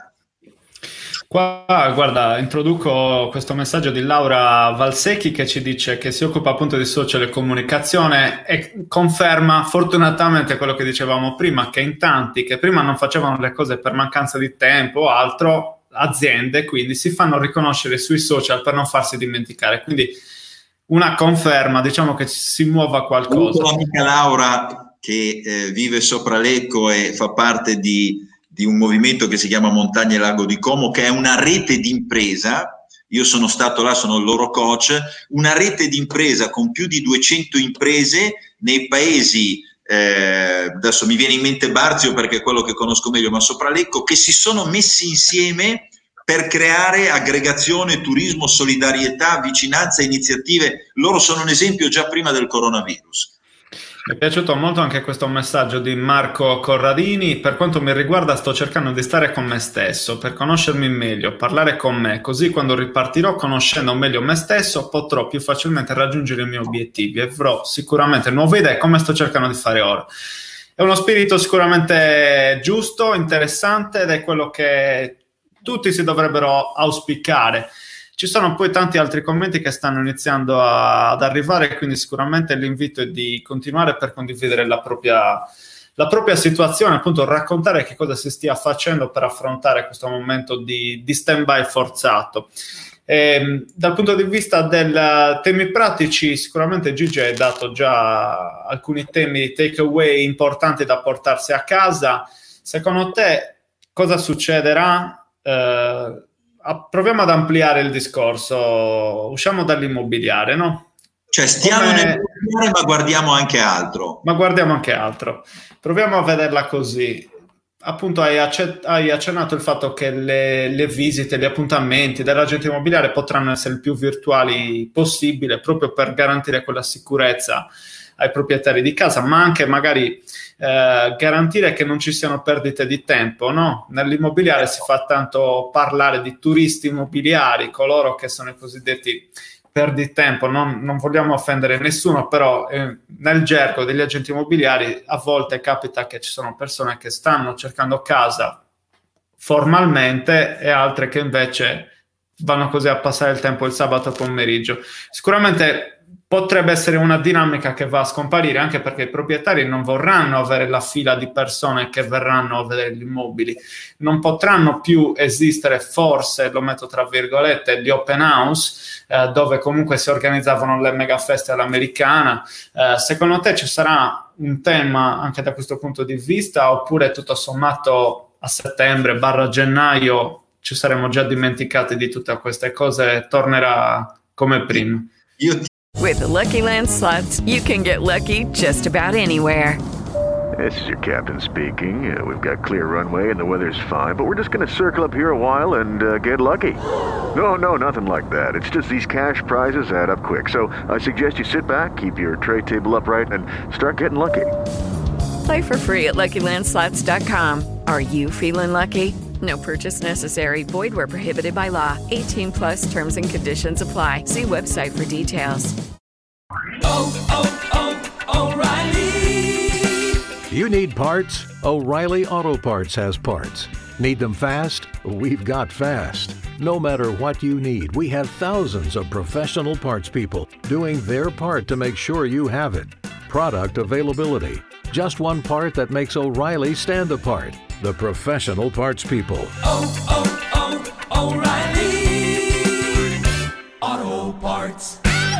Qua, guarda, introduco questo messaggio di Laura Valsecchi che ci dice che si occupa appunto di social e comunicazione e conferma fortunatamente quello che dicevamo prima, che in tanti che prima non facevano le cose per mancanza di tempo o altro, aziende quindi si fanno riconoscere sui social per non farsi dimenticare, quindi una conferma, diciamo che si muova qualcosa. L'amica Laura che vive sopra Lecco e fa parte di un movimento che si chiama Montagne Lago di Como, che è una rete di impresa. Io sono stato là, sono il loro coach, una rete di impresa con più di 200 imprese nei paesi, adesso mi viene in mente Barzio perché è quello che conosco meglio, ma sopra Lecco, che si sono messi insieme per creare aggregazione, turismo, solidarietà, vicinanza, iniziative. Loro sono un esempio già prima del coronavirus. Mi è piaciuto molto anche questo messaggio di Marco Corradini. Per quanto mi riguarda sto cercando di stare con me stesso per conoscermi meglio, parlare con me, così quando ripartirò conoscendo meglio me stesso potrò più facilmente raggiungere i miei obiettivi e avrò sicuramente nuove idee come sto cercando di fare ora. È uno spirito sicuramente giusto, interessante ed è quello che tutti si dovrebbero auspicare. Ci sono poi tanti altri commenti che stanno iniziando ad arrivare, quindi sicuramente l'invito è di continuare per condividere la propria situazione, appunto raccontare che cosa si stia facendo per affrontare questo momento di stand-by forzato. Dal punto di vista dei temi pratici, sicuramente Gigi ha dato già alcuni temi takeaway importanti da portarsi a casa. Secondo te cosa succederà? Proviamo ad ampliare il discorso, usciamo dall'immobiliare, no? Cioè stiamo nell'immobiliare ma guardiamo anche altro. Proviamo a vederla così. Appunto hai accennato il fatto che le visite, gli appuntamenti dell'agente immobiliare potranno essere il più virtuali possibile proprio per garantire quella sicurezza ai proprietari di casa, ma anche magari garantire che non ci siano perdite di tempo, no? Nell'immobiliare si fa tanto parlare di turisti immobiliari, coloro che sono i cosiddetti perditempo. Non vogliamo offendere nessuno, però nel gergo degli agenti immobiliari a volte capita che ci sono persone che stanno cercando casa formalmente e altre che invece vanno così a passare il tempo il sabato pomeriggio. Sicuramente potrebbe essere una dinamica che va a scomparire, anche perché i proprietari non vorranno avere la fila di persone che verranno a vedere gli immobili, non potranno più esistere, forse, lo metto tra virgolette, gli open house, dove comunque si organizzavano le mega feste all'americana. Secondo te ci sarà un tema anche da questo punto di vista, oppure tutto sommato a settembre/gennaio ci saremo già dimenticati di tutte queste cose, tornerà come prima? With the Lucky Land Slots, you can get lucky just about anywhere. This is your captain speaking. We've got clear runway and the weather's fine, but we're just going to circle up here a while and get lucky. No, nothing like that. It's just these cash prizes add up quick. So I suggest you sit back, keep your tray table upright, and start getting lucky. Play for free at LuckyLandSlots.com. Are you feeling lucky? No purchase necessary. Void where prohibited by law. 18 plus terms and conditions apply. See website for details. O'Reilly. You need parts? O'Reilly Auto Parts has parts. Need them fast? We've got fast. No matter what you need, we have thousands of professional parts people doing their part to make sure you have it. Product availability. Just one part that makes O'Reilly stand apart. The professional parts people. O'Reilly Auto Parts.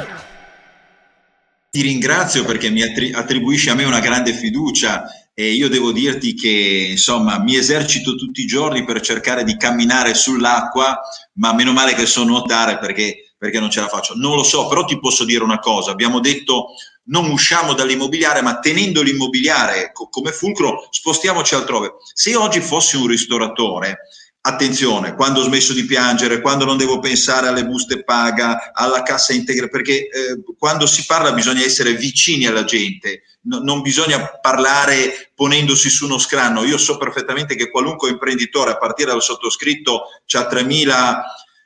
Ti ringrazio perché mi attribuisci a me una grande fiducia e io devo dirti che insomma mi esercito tutti i giorni per cercare di camminare sull'acqua, ma meno male che so nuotare perché non ce la faccio. Non lo so, però ti posso dire una cosa. Abbiamo detto non usciamo dall'immobiliare, ma tenendo l'immobiliare come fulcro spostiamoci altrove. Se io oggi fossi un ristoratore, attenzione, quando ho smesso di piangere, quando non devo pensare alle buste paga, alla cassa integra, perché quando si parla bisogna essere vicini alla gente, non bisogna parlare ponendosi su uno scranno. Io so perfettamente che qualunque imprenditore, a partire dal sottoscritto, c'ha 3.000...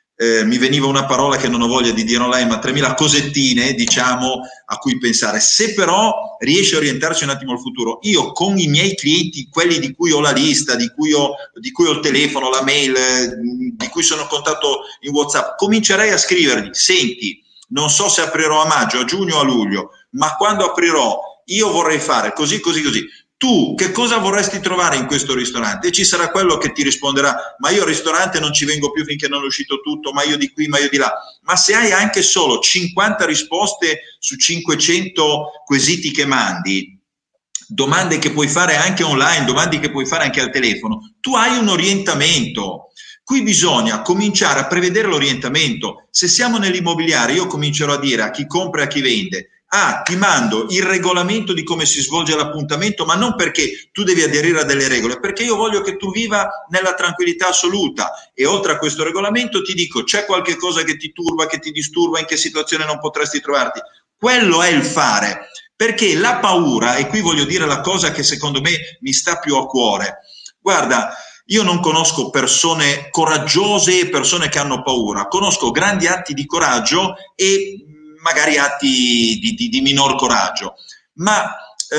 mi veniva una parola che non ho voglia di dire online, ma 3.000 cosettine, diciamo, a cui pensare. Se però riesce a orientarsi un attimo al futuro, io con i miei clienti, quelli di cui ho la lista, di cui ho il telefono, la mail, di cui sono in contatto in WhatsApp, comincerei a scrivergli: senti, non so se aprirò a maggio, a giugno o a luglio, ma quando aprirò io vorrei fare così, così, così. Tu che cosa vorresti trovare in questo ristorante? E ci sarà quello che ti risponderà: ma io al ristorante non ci vengo più finché non è uscito tutto, ma io di qui, ma io di là. Ma se hai anche solo 50 risposte su 500 quesiti che mandi, domande che puoi fare anche online, domande che puoi fare anche al telefono, tu hai un orientamento. Qui bisogna cominciare a prevedere l'orientamento. Se siamo nell'immobiliare, io comincerò a dire a chi compra e a chi vende: ti mando il regolamento di come si svolge l'appuntamento, ma non perché tu devi aderire a delle regole, perché io voglio che tu viva nella tranquillità assoluta. E oltre a questo regolamento ti dico: c'è qualche cosa che ti turba, che ti disturba, in che situazione non potresti trovarti? Quello è il fare, perché la paura, e qui voglio dire la cosa che secondo me mi sta più a cuore. Guarda, io non conosco persone coraggiose e persone che hanno paura, conosco grandi atti di coraggio e magari atti di minor coraggio, ma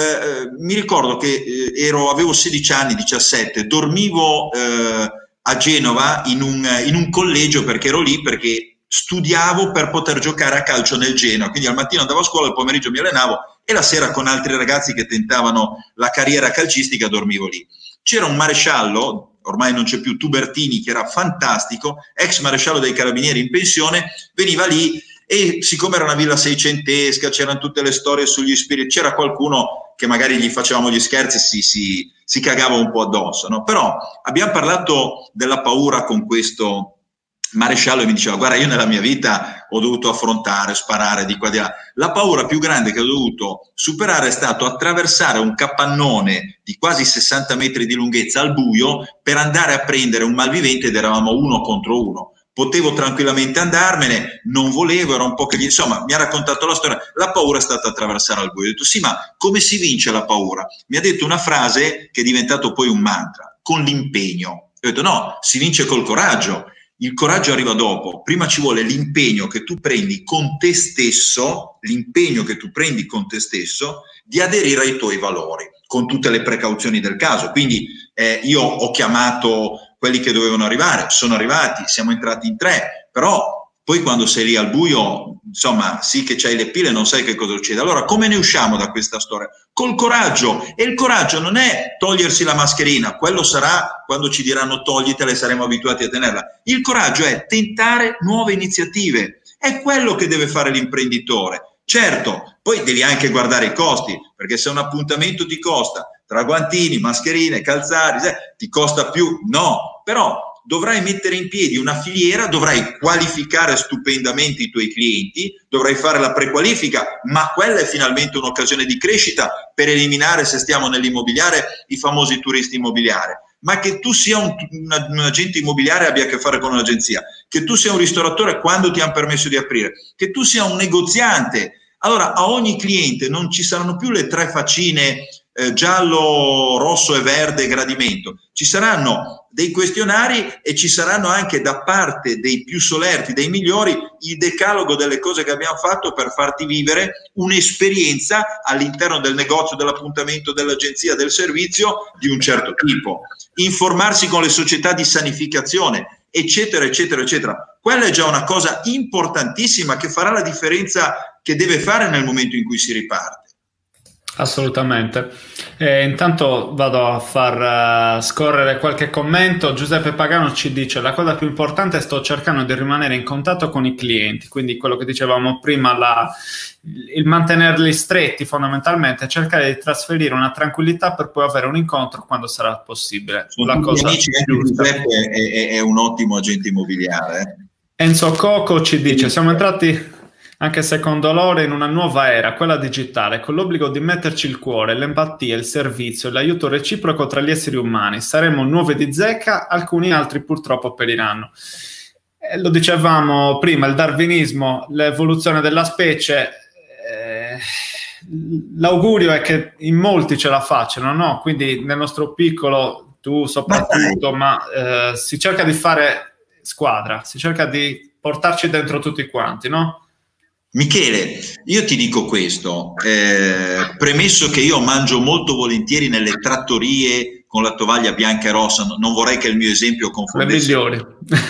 mi ricordo che avevo 16 anni, 17, dormivo a Genova in un collegio perché ero lì, perché studiavo per poter giocare a calcio nel Genoa, quindi al mattino andavo a scuola, al pomeriggio mi allenavo e la sera con altri ragazzi che tentavano la carriera calcistica dormivo lì. C'era un maresciallo, ormai non c'è più, Tubertini, che era fantastico, ex maresciallo dei Carabinieri in pensione, veniva lì. E siccome era una villa seicentesca, c'erano tutte le storie sugli spiriti, c'era qualcuno che magari gli facevamo gli scherzi e si cagava un po' addosso, no? Però abbiamo parlato della paura con questo maresciallo e mi diceva: guarda, io nella mia vita ho dovuto affrontare, sparare di qua e di là. La paura più grande che ho dovuto superare è stato attraversare un capannone di quasi 60 metri di lunghezza al buio per andare a prendere un malvivente ed eravamo 1 contro 1. Potevo tranquillamente andarmene, non volevo, era un po' che insomma mi ha raccontato la storia. La paura è stata attraversare al buio. Ho detto: sì, ma come si vince la paura? Mi ha detto una frase che è diventato poi un mantra: con l'impegno. Ho detto: no, si vince col coraggio. Il coraggio arriva dopo, prima ci vuole l'impegno che tu prendi con te stesso, di aderire ai tuoi valori, con tutte le precauzioni del caso. Quindi io ho chiamato quelli che dovevano arrivare, sono arrivati, siamo entrati in 3, però poi quando sei lì al buio, insomma, sì che c'hai le pile, non sai che cosa succede. Allora, come ne usciamo da questa storia? Col coraggio. E il coraggio non è togliersi la mascherina, quello sarà quando ci diranno toglitela e saremo abituati a tenerla. Il coraggio è tentare nuove iniziative, è quello che deve fare l'imprenditore. Certo, poi devi anche guardare i costi, perché se un appuntamento ti costa tra guantini, mascherine, calzari, ti costa più? No, però dovrai mettere in piedi una filiera, dovrai qualificare stupendamente i tuoi clienti, dovrai fare la prequalifica, ma quella è finalmente un'occasione di crescita per eliminare, se stiamo nell'immobiliare, i famosi turisti immobiliari. Ma che tu sia un agente immobiliare abbia a che fare con un'agenzia, che tu sia un ristoratore quando ti hanno permesso di aprire, che tu sia un negoziante. Allora a ogni cliente non ci saranno più le 3 faccine giallo, rosso e verde gradimento, ci saranno dei questionari e ci saranno anche da parte dei più solerti, dei migliori, il decalogo delle cose che abbiamo fatto per farti vivere un'esperienza all'interno del negozio, dell'appuntamento, dell'agenzia, del servizio di un certo tipo, informarsi con le società di sanificazione, eccetera eccetera eccetera. Quella è già una cosa importantissima che farà la differenza che deve fare nel momento in cui si riparte. Assolutamente. Intanto vado a far scorrere qualche commento. Giuseppe Pagano ci dice: la cosa più importante è sto cercando di rimanere in contatto con i clienti, quindi quello che dicevamo prima, il mantenerli stretti fondamentalmente, cercare di trasferire una tranquillità per poi avere un incontro quando sarà possibile. La cosa giusta. Giuseppe è un ottimo agente immobiliare. Enzo Coco ci dice: siamo entrati anche secondo loro in una nuova era, quella digitale, con l'obbligo di metterci il cuore, l'empatia, il servizio e l'aiuto reciproco tra gli esseri umani. Saremo nuove di zecca, alcuni altri purtroppo periranno. Lo dicevamo prima, il darwinismo, l'evoluzione della specie, l'augurio è che in molti ce la facciano, no? Quindi nel nostro piccolo, tu soprattutto, ma si cerca di fare squadra, si cerca di portarci dentro tutti quanti, no? Michele, io ti dico questo, premesso che io mangio molto volentieri nelle trattorie con la tovaglia bianca e rossa, non vorrei che il mio esempio confondesse. Le migliori.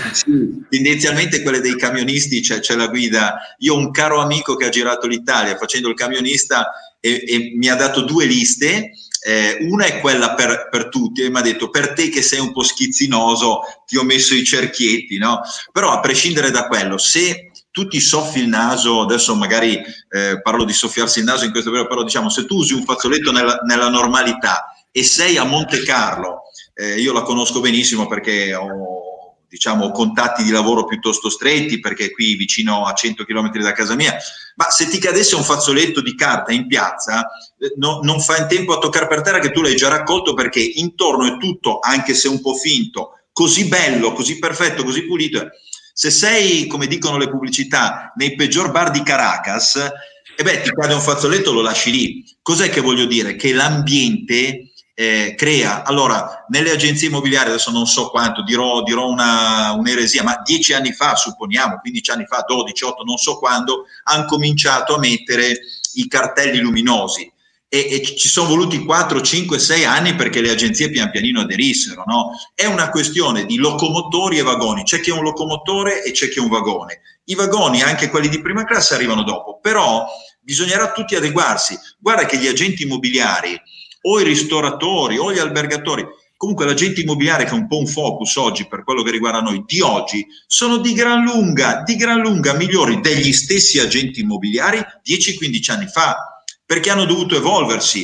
Sì, tendenzialmente quelle dei camionisti, c'è la guida. Io ho un caro amico che ha girato l'Italia facendo il camionista e mi ha dato 2 liste. Una è quella per tutti e mi ha detto: per te che sei un po' schizzinoso ti ho messo i cerchietti, no? Però a prescindere da quello, se tu ti soffi il naso, adesso magari parlo di soffiarsi il naso in questo periodo, però diciamo, se tu usi un fazzoletto nella normalità e sei a Monte Carlo, io la conosco benissimo perché ho contatti di lavoro piuttosto stretti, perché qui vicino a 100 km da casa mia, ma se ti cadesse un fazzoletto di carta in piazza, non fai in tempo a toccare per terra che tu l'hai già raccolto, perché intorno è tutto, anche se un po' finto, così bello, così perfetto, così pulito. Se sei, come dicono le pubblicità, nei peggior bar di Caracas, ti cade un fazzoletto, lo lasci lì. Cos'è che voglio dire? Che l'ambiente crea. Allora, nelle agenzie immobiliari, adesso non so quanto, dirò un'eresia, ma 10 anni fa, supponiamo, 15 anni fa, 12, 8, non so quando, hanno cominciato a mettere i cartelli luminosi. E ci sono voluti 4, 5, 6 anni perché le agenzie pian pianino aderissero, no? È una questione di locomotori e vagoni. C'è chi è un locomotore e c'è chi è un vagone. I vagoni, anche quelli di prima classe, arrivano dopo, però bisognerà tutti adeguarsi. Guarda che gli agenti immobiliari o i ristoratori o gli albergatori, comunque l'agente immobiliare, che è un po' un focus oggi per quello che riguarda noi, di oggi, sono di gran lunga migliori degli stessi agenti immobiliari 10-15 anni fa, perché hanno dovuto evolversi.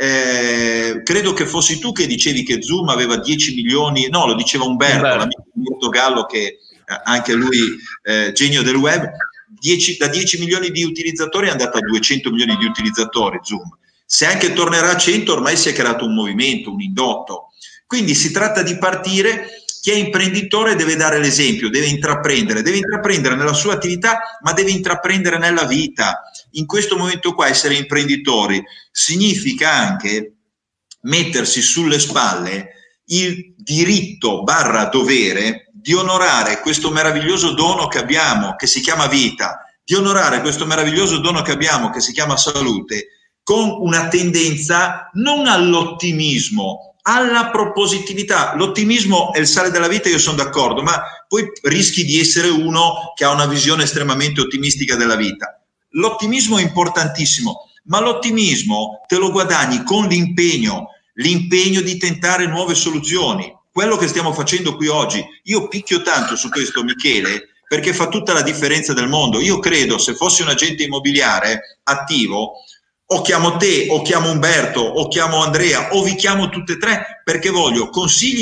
Credo che fossi tu che dicevi che Zoom aveva 10 milioni, no, lo diceva Umberto, l'amico Umberto Gallo, che anche lui genio del web, da 10 milioni di utilizzatori è andato a 200 milioni di utilizzatori Zoom. Se anche tornerà a 100, ormai si è creato un movimento, un indotto. Quindi si tratta di partire. Chi è imprenditore deve dare l'esempio, deve intraprendere nella sua attività, ma deve intraprendere nella vita. In questo momento qua essere imprenditori significa anche mettersi sulle spalle il diritto / dovere di onorare questo meraviglioso dono che abbiamo, che si chiama vita, di onorare questo meraviglioso dono che abbiamo, che si chiama salute, con una tendenza non all'ottimismo, alla propositività. L'ottimismo è il sale della vita, io sono d'accordo, ma poi rischi di essere uno che ha una visione estremamente ottimistica della vita. L'ottimismo è importantissimo, ma l'ottimismo te lo guadagni con l'impegno di tentare nuove soluzioni. Quello che stiamo facendo qui oggi, io picchio tanto su questo, Michele, perché fa tutta la differenza del mondo. Io credo, se fossi un agente immobiliare attivo, o chiamo te, o chiamo Umberto, o chiamo Andrea, o vi chiamo tutte e tre, perché voglio consigli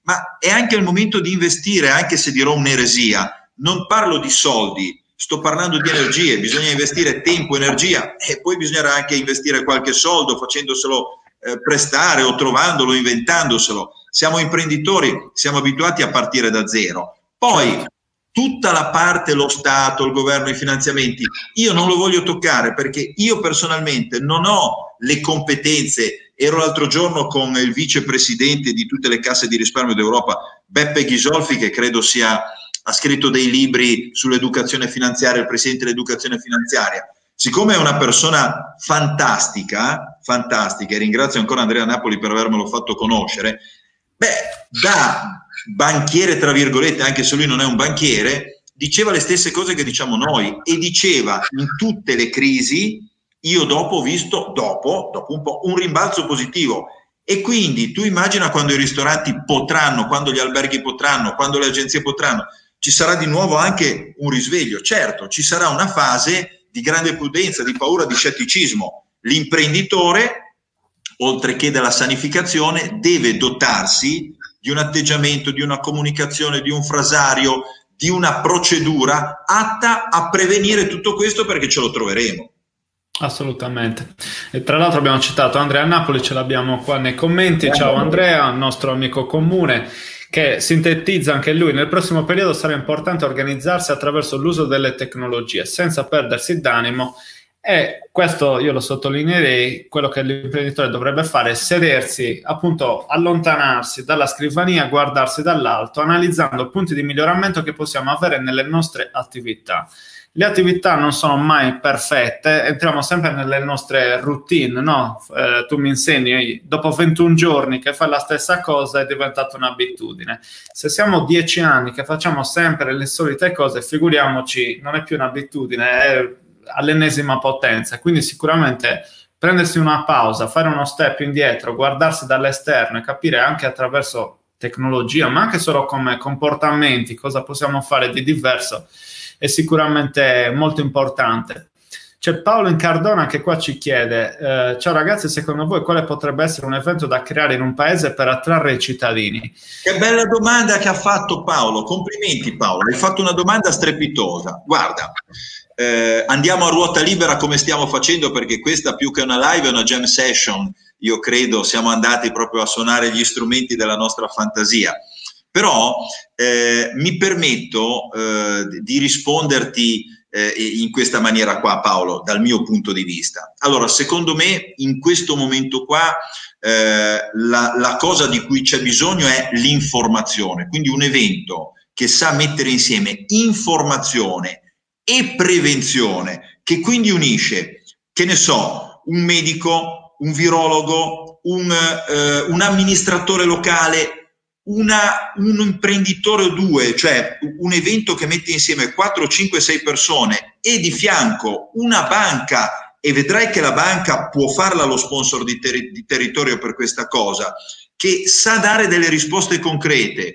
ma è anche il momento di investire, anche se dirò un'eresia. Non parlo di soldi, sto parlando di energie. Bisogna investire tempo, energia, e poi bisognerà anche investire qualche soldo facendoselo prestare o trovandolo, inventandoselo. Siamo imprenditori, siamo abituati a partire da zero. Poi tutta la parte, lo Stato, il governo, i finanziamenti, io non lo voglio toccare, perché io personalmente non ho le competenze. Ero l'altro giorno con il vicepresidente di tutte le casse di risparmio d'Europa, Beppe Ghisolfi, che credo ha scritto dei libri sull'educazione finanziaria, il presidente dell'educazione finanziaria. Siccome è una persona fantastica, e ringrazio ancora Andrea Napoli per avermelo fatto conoscere, da banchiere, tra virgolette, anche se lui non è un banchiere, diceva le stesse cose che diciamo noi, e diceva in tutte le crisi, io dopo ho visto, dopo un po', un rimbalzo positivo. E quindi tu immagina quando i ristoranti potranno, quando gli alberghi potranno, quando le agenzie potranno, ci sarà di nuovo anche un risveglio. Certo, ci sarà una fase di grande prudenza, di paura, di scetticismo. L'imprenditore, oltre che della sanificazione, deve dotarsi di un atteggiamento, di una comunicazione, di un frasario, di una procedura atta a prevenire tutto questo, perché ce lo troveremo. Assolutamente. E tra l'altro abbiamo citato Andrea Napoli, ce l'abbiamo qua nei commenti. Ciao Andrea, nostro amico comune, che sintetizza anche lui: nel prossimo periodo sarà importante organizzarsi attraverso l'uso delle tecnologie senza perdersi d'animo, e questo io lo sottolineerei. Quello che l'imprenditore dovrebbe fare è sedersi, appunto allontanarsi dalla scrivania, guardarsi dall'alto, analizzando punti di miglioramento che possiamo avere nelle nostre attività. Le attività non sono mai perfette, entriamo sempre nelle nostre routine, no? Tu mi insegni, dopo 21 giorni che fai la stessa cosa è diventata un'abitudine. Se siamo 10 anni che facciamo sempre le solite cose, figuriamoci, non è più un'abitudine, è all'ennesima potenza. Quindi sicuramente prendersi una pausa, fare uno step indietro, guardarsi dall'esterno e capire anche attraverso tecnologia, ma anche solo come comportamenti, cosa possiamo fare di diverso, è sicuramente molto importante. C'è Paolo in Cardona che qua ci chiede: ciao ragazzi, secondo voi quale potrebbe essere un evento da creare in un paese per attrarre i cittadini? Che bella domanda che ha fatto Paolo, complimenti Paolo, hai fatto una domanda strepitosa. Guarda, andiamo a ruota libera come stiamo facendo, perché questa più che una live è una jam session. Io credo siamo andati proprio a suonare gli strumenti della nostra fantasia. Però mi permetto di risponderti in questa maniera qua, Paolo, dal mio punto di vista. Allora, secondo me, in questo momento qua, la cosa di cui c'è bisogno è l'informazione. Quindi un evento che sa mettere insieme informazione e prevenzione, che quindi unisce, che ne so, un medico, un virologo, un amministratore locale, un imprenditore o due, cioè un evento che mette insieme 4, 5, 6 persone, e di fianco una banca, e vedrai che la banca può farla lo sponsor di territorio per questa cosa, che sa dare delle risposte concrete.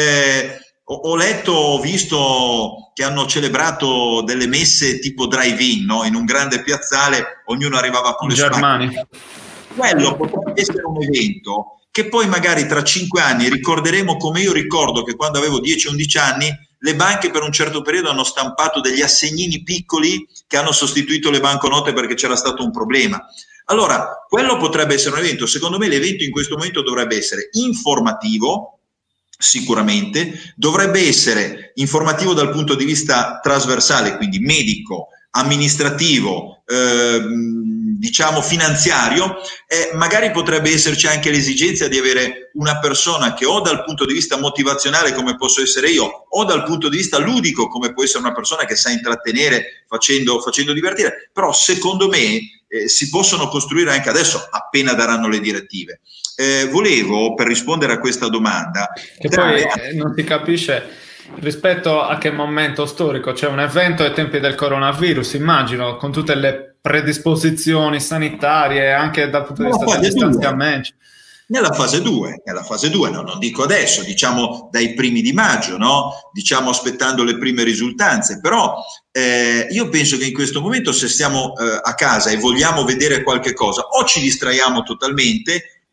Ho letto, ho visto che hanno celebrato delle messe tipo drive-in, no? In un grande piazzale, ognuno arrivava con le sue macchine. Quello potrebbe essere un evento che poi magari tra 5 anni ricorderemo, come io ricordo che quando avevo 10-11 anni le banche per un certo periodo hanno stampato degli assegnini piccoli che hanno sostituito le banconote perché c'era stato un problema. Allora, quello potrebbe essere un evento. Secondo me l'evento in questo momento dovrebbe essere informativo, sicuramente, dovrebbe essere informativo dal punto di vista trasversale, quindi medico, amministrativo, diciamo finanziario, magari potrebbe esserci anche l'esigenza di avere una persona che o dal punto di vista motivazionale, come posso essere io, o dal punto di vista ludico, come può essere una persona che sa intrattenere facendo divertire. Però secondo me si possono costruire anche adesso, appena daranno le direttive. Volevo, per rispondere a questa domanda, che poi non si capisce rispetto a che momento storico. C'è un evento ai tempi del coronavirus, immagino, con tutte le predisposizioni sanitarie, anche dal punto di vista del distanziamento. Nella fase 2, no, non dico adesso, diciamo dai primi di maggio, no? Diciamo aspettando le prime risultanze, però io penso che in questo momento, se stiamo a casa e vogliamo vedere qualche cosa, o ci distraiamo totalmente,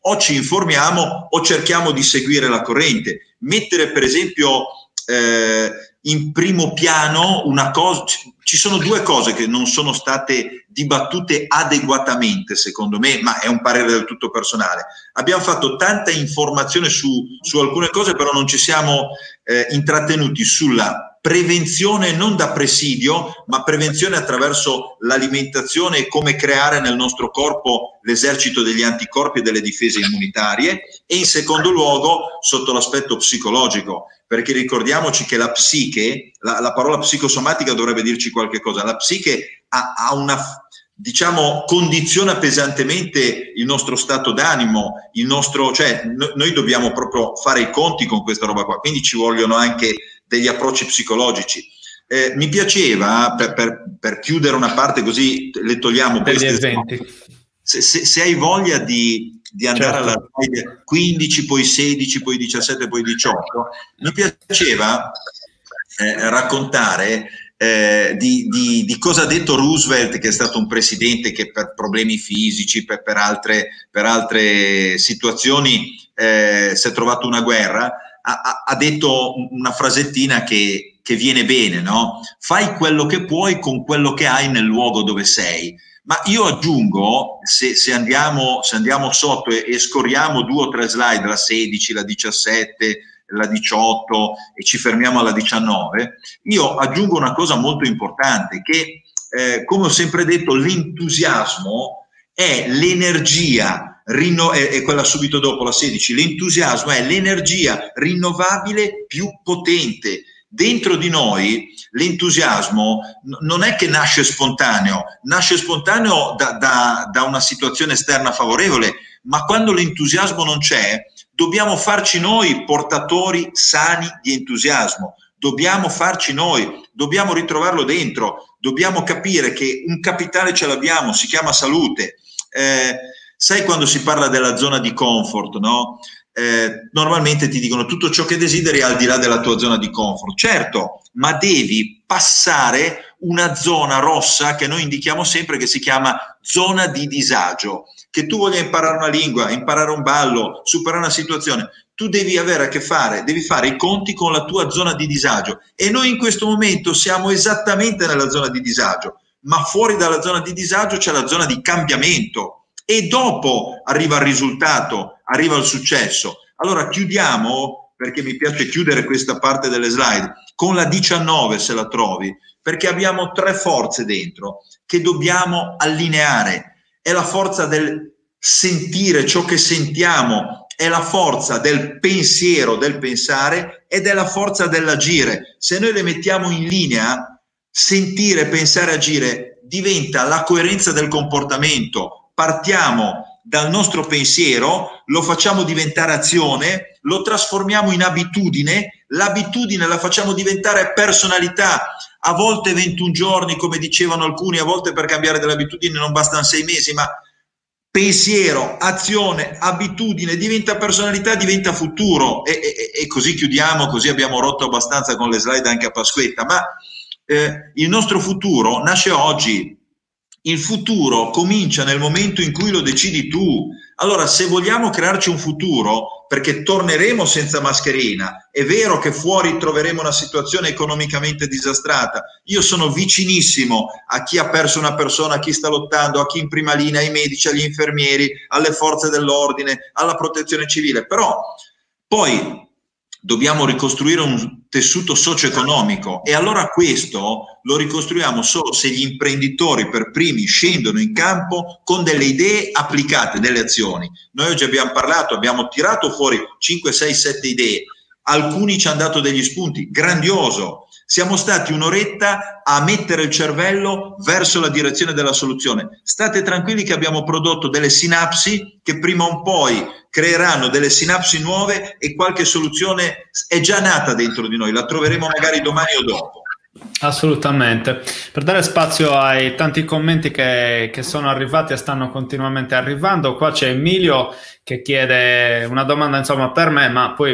o ci informiamo o cerchiamo di seguire la corrente. Mettere per esempio in primo piano una cosa, ci sono due cose che non sono state dibattute adeguatamente secondo me, ma è un parere del tutto personale. Abbiamo fatto tanta informazione su alcune cose, però non ci siamo intrattenuti sulla prevenzione, non da presidio, ma prevenzione attraverso l'alimentazione e come creare nel nostro corpo l'esercito degli anticorpi e delle difese immunitarie, e in secondo luogo sotto l'aspetto psicologico, perché ricordiamoci che la psiche, la parola psicosomatica dovrebbe dirci qualche cosa. La psiche ha una, diciamo, condiziona pesantemente il nostro stato d'animo, noi dobbiamo proprio fare i conti con questa roba qua, quindi ci vogliono anche degli approcci psicologici. Mi piaceva, per chiudere una parte così le togliamo questi eventi. Se hai voglia di andare alla slide 15, poi 16, poi 17, poi 18, mi piaceva raccontare di cosa ha detto Roosevelt, che è stato un presidente che per problemi fisici, per altre situazioni si è trovato una guerra. Ha detto una frasettina che viene bene, no? Fai quello che puoi con quello che hai nel luogo dove sei. Ma io aggiungo, se andiamo sotto e scorriamo 2 o 3 slide, la 16, la 17, la 18 e ci fermiamo alla 19, io aggiungo una cosa molto importante, che come ho sempre detto, l'entusiasmo è l'energia, e quella subito dopo, la 16, l'entusiasmo è l'energia rinnovabile più potente. Dentro di noi l'entusiasmo non è che nasce spontaneo da una situazione esterna favorevole, ma quando l'entusiasmo non c'è, dobbiamo farci noi portatori sani di entusiasmo, dobbiamo farci noi, dobbiamo ritrovarlo dentro, dobbiamo capire che un capitale ce l'abbiamo, si chiama salute. Sai quando si parla della zona di comfort, no? Normalmente ti dicono tutto ciò che desideri al di là della tua zona di comfort. Certo, ma devi passare una zona rossa che noi indichiamo sempre, che si chiama zona di disagio. Che tu voglia imparare una lingua, imparare un ballo, superare una situazione, tu devi avere a che fare, devi fare i conti con la tua zona di disagio, e noi in questo momento siamo esattamente nella zona di disagio, ma fuori dalla zona di disagio c'è la zona di cambiamento. E dopo arriva il risultato, arriva il successo. Allora chiudiamo, perché mi piace chiudere questa parte delle slide, con la 19 se la trovi, perché abbiamo 3 forze dentro che dobbiamo allineare. È la forza del sentire ciò che sentiamo, è la forza del pensiero, del pensare, ed è la forza dell'agire. Se noi le mettiamo in linea, sentire, pensare, agire, diventa la coerenza del comportamento. Partiamo dal nostro pensiero, lo facciamo diventare azione, lo trasformiamo in abitudine, l'abitudine la facciamo diventare personalità. A volte 21 giorni, come dicevano alcuni, a volte per cambiare delle abitudini non bastano 6 mesi, ma pensiero, azione, abitudine, diventa personalità, diventa futuro. E così chiudiamo, così abbiamo rotto abbastanza con le slide anche a Pasquetta, ma il nostro futuro nasce oggi. Il futuro comincia nel momento in cui lo decidi tu. Allora, se vogliamo crearci un futuro, perché torneremo senza mascherina, è vero che fuori troveremo una situazione economicamente disastrata. Io sono vicinissimo a chi ha perso una persona, a chi sta lottando, a chi in prima linea, ai medici, agli infermieri, alle forze dell'ordine, alla protezione civile. Però poi dobbiamo ricostruire un tessuto socio-economico, e allora questo lo ricostruiamo solo se gli imprenditori per primi scendono in campo con delle idee applicate, delle azioni. Noi oggi abbiamo parlato, abbiamo tirato fuori 5, 6, 7 idee, alcuni ci hanno dato degli spunti, grandioso. Siamo stati un'oretta a mettere il cervello verso la direzione della soluzione. State tranquilli che abbiamo prodotto delle sinapsi che prima o poi creeranno delle sinapsi nuove, e qualche soluzione è già nata dentro di noi, la troveremo magari domani o dopo. Assolutamente. Per dare spazio ai tanti commenti che sono arrivati e stanno continuamente arrivando, qua c'è Emilio che chiede una domanda, insomma, per me, ma poi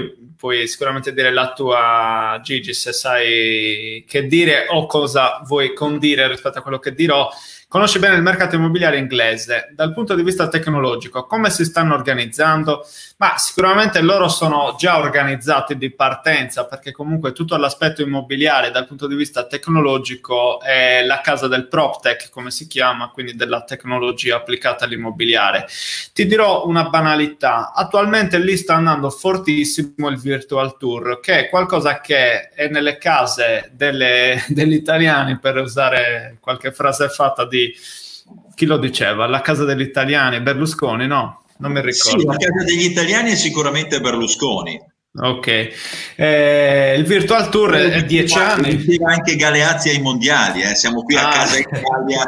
puoi sicuramente dire la tua, Gigi, se sai che dire o cosa vuoi condire rispetto a quello che dirò. Conosci bene il mercato immobiliare inglese. Dal punto di vista tecnologico, come si stanno organizzando? Ma sicuramente loro sono già organizzati di partenza, perché comunque tutto l'aspetto immobiliare dal punto di vista tecnologico è la casa del PropTech, come si chiama, quindi della tecnologia applicata all'immobiliare. Ti dirò una banalità. Attualmente lì sta andando fortissimo il Virtual Tour, che è qualcosa che è nelle case degli italiani, per usare qualche frase fatta di chi lo diceva, la casa degli italiani, Berlusconi, no? Non mi ricordo. Sì, la casa degli italiani è sicuramente Berlusconi. Ok, il Virtual Tour è 10 anni. Anche Galeazzi ai mondiali, siamo qui a casa Italia.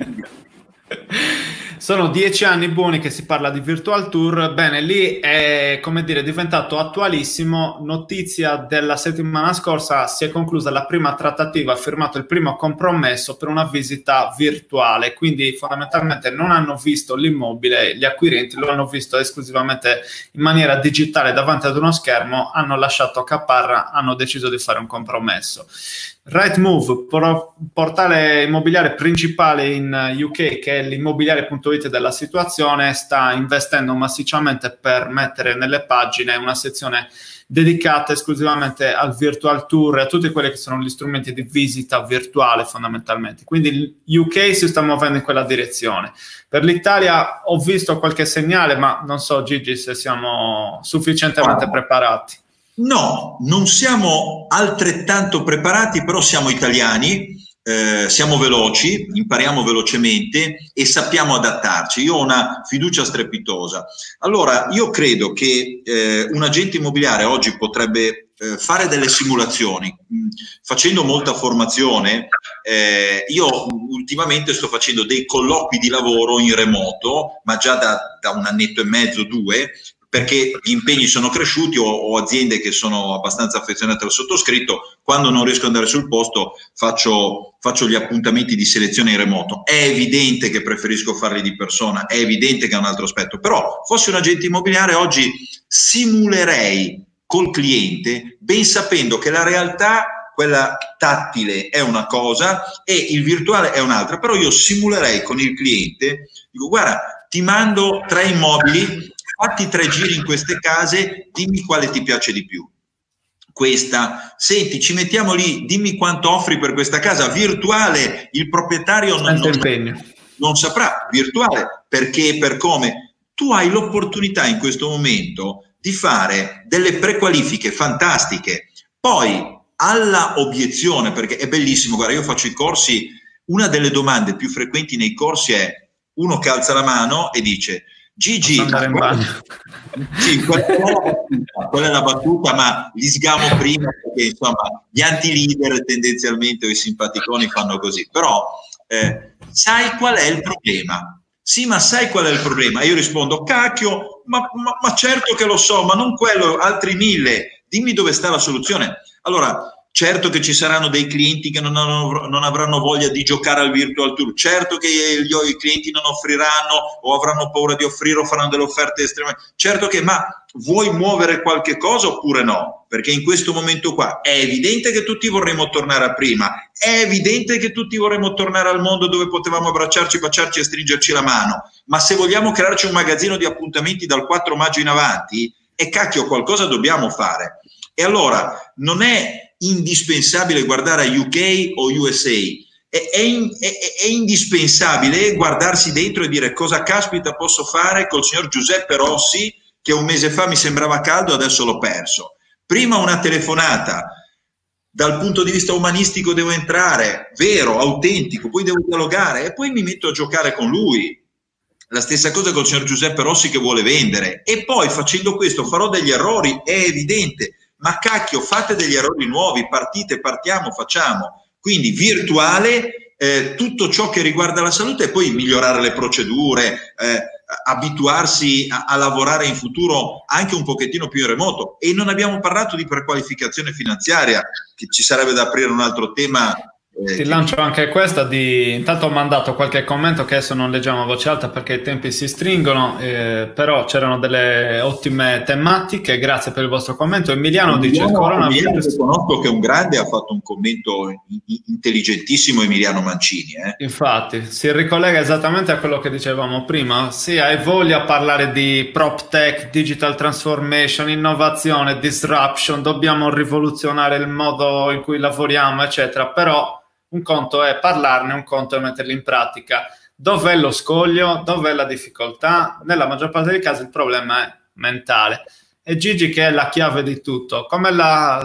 Sono 10 anni buoni che si parla di Virtual Tour. Bene, lì è, come dire, diventato attualissimo. Notizia della settimana scorsa: si è conclusa la prima trattativa, ha firmato il primo compromesso per una visita virtuale, quindi fondamentalmente non hanno visto l'immobile, gli acquirenti lo hanno visto esclusivamente in maniera digitale davanti ad uno schermo, hanno lasciato caparra, hanno deciso di fare un compromesso. Rightmove, portale immobiliare principale in UK, che è l'immobiliare.it della situazione, sta investendo massicciamente per mettere nelle pagine una sezione dedicata esclusivamente al virtual tour e a tutti quelli che sono gli strumenti di visita virtuale fondamentalmente. Quindi il UK si sta muovendo in quella direzione. Per l'Italia ho visto qualche segnale, ma non so, Gigi, se siamo sufficientemente preparati. No, non siamo altrettanto preparati, però siamo italiani, siamo veloci, impariamo velocemente e sappiamo adattarci. Io ho una fiducia strepitosa. Allora, io credo che un agente immobiliare oggi potrebbe fare delle simulazioni. Facendo molta formazione, io ultimamente sto facendo dei colloqui di lavoro in remoto, ma già da un annetto e mezzo, 2, perché gli impegni sono cresciuti, ho aziende che sono abbastanza affezionate al sottoscritto. Quando non riesco ad andare sul posto faccio gli appuntamenti di selezione in remoto. È evidente che preferisco farli di persona, è evidente che è un altro aspetto, però fossi un agente immobiliare oggi simulerei col cliente, ben sapendo che la realtà, quella tattile, è una cosa e il virtuale è un'altra, però io simulerei con il cliente, dico: guarda, ti mando 3 immobili, fatti 3 giri in queste case, dimmi quale ti piace di più. Questa, senti, ci mettiamo lì, dimmi quanto offri per questa casa. Virtuale, il proprietario non saprà. Virtuale, perché per come tu hai l'opportunità in questo momento di fare delle prequalifiche fantastiche. Poi alla obiezione, perché è bellissimo, guarda, io faccio i corsi, una delle domande più frequenti nei corsi è uno che alza la mano e dice: Gigi, sì, quella è la battuta, ma li sgamo prima, perché insomma gli anti-leader tendenzialmente o i simpaticoni fanno così. Però sai qual è il problema? Sì, ma sai qual è il problema? E io rispondo: cacchio, ma certo che lo so, ma non quello, altri 1000, dimmi dove sta la soluzione. Allora, certo che ci saranno dei clienti che non avranno voglia di giocare al virtual tour, certo che i clienti non offriranno o avranno paura di offrire o faranno delle offerte estreme, certo che, ma vuoi muovere qualche cosa oppure no? Perché in questo momento qua è evidente che tutti vorremmo tornare a prima, è evidente che tutti vorremmo tornare al mondo dove potevamo abbracciarci, baciarci e stringerci la mano, ma se vogliamo crearci un magazzino di appuntamenti dal 4 maggio in avanti, cacchio, qualcosa dobbiamo fare. E allora non è indispensabile guardare a UK o USA, è indispensabile guardarsi dentro e dire: cosa caspita posso fare col signor Giuseppe Rossi, che un mese fa mi sembrava caldo, adesso l'ho perso. Prima una telefonata, dal punto di vista umanistico devo entrare, vero, autentico, poi devo dialogare e poi mi metto a giocare con lui. La stessa cosa col signor Giuseppe Rossi che vuole vendere, e poi facendo questo farò degli errori, è evidente. Ma cacchio, fate degli errori nuovi, partiamo, facciamo. Quindi virtuale, tutto ciò che riguarda la salute, e poi migliorare le procedure, abituarsi a lavorare in futuro anche un pochettino più in remoto. E non abbiamo parlato di prequalificazione finanziaria, che ci sarebbe da aprire un altro tema Ti lancio anche questa intanto ho mandato qualche commento che adesso non leggiamo a voce alta perché i tempi si stringono, però c'erano delle ottime tematiche, grazie per il vostro commento. Emiliano dice il coronavirus. Conosco che è un grande, ha fatto un commento intelligentissimo, Emiliano Mancini. Infatti si ricollega esattamente a quello che dicevamo prima, sì, hai voglia a parlare di prop tech, digital transformation, innovazione, disruption, dobbiamo rivoluzionare il modo in cui lavoriamo, eccetera, però un conto è parlarne, un conto è metterli in pratica. Dov'è lo scoglio? Dov'è la difficoltà? Nella maggior parte dei casi il problema è mentale. E Gigi, che è la chiave di tutto, come la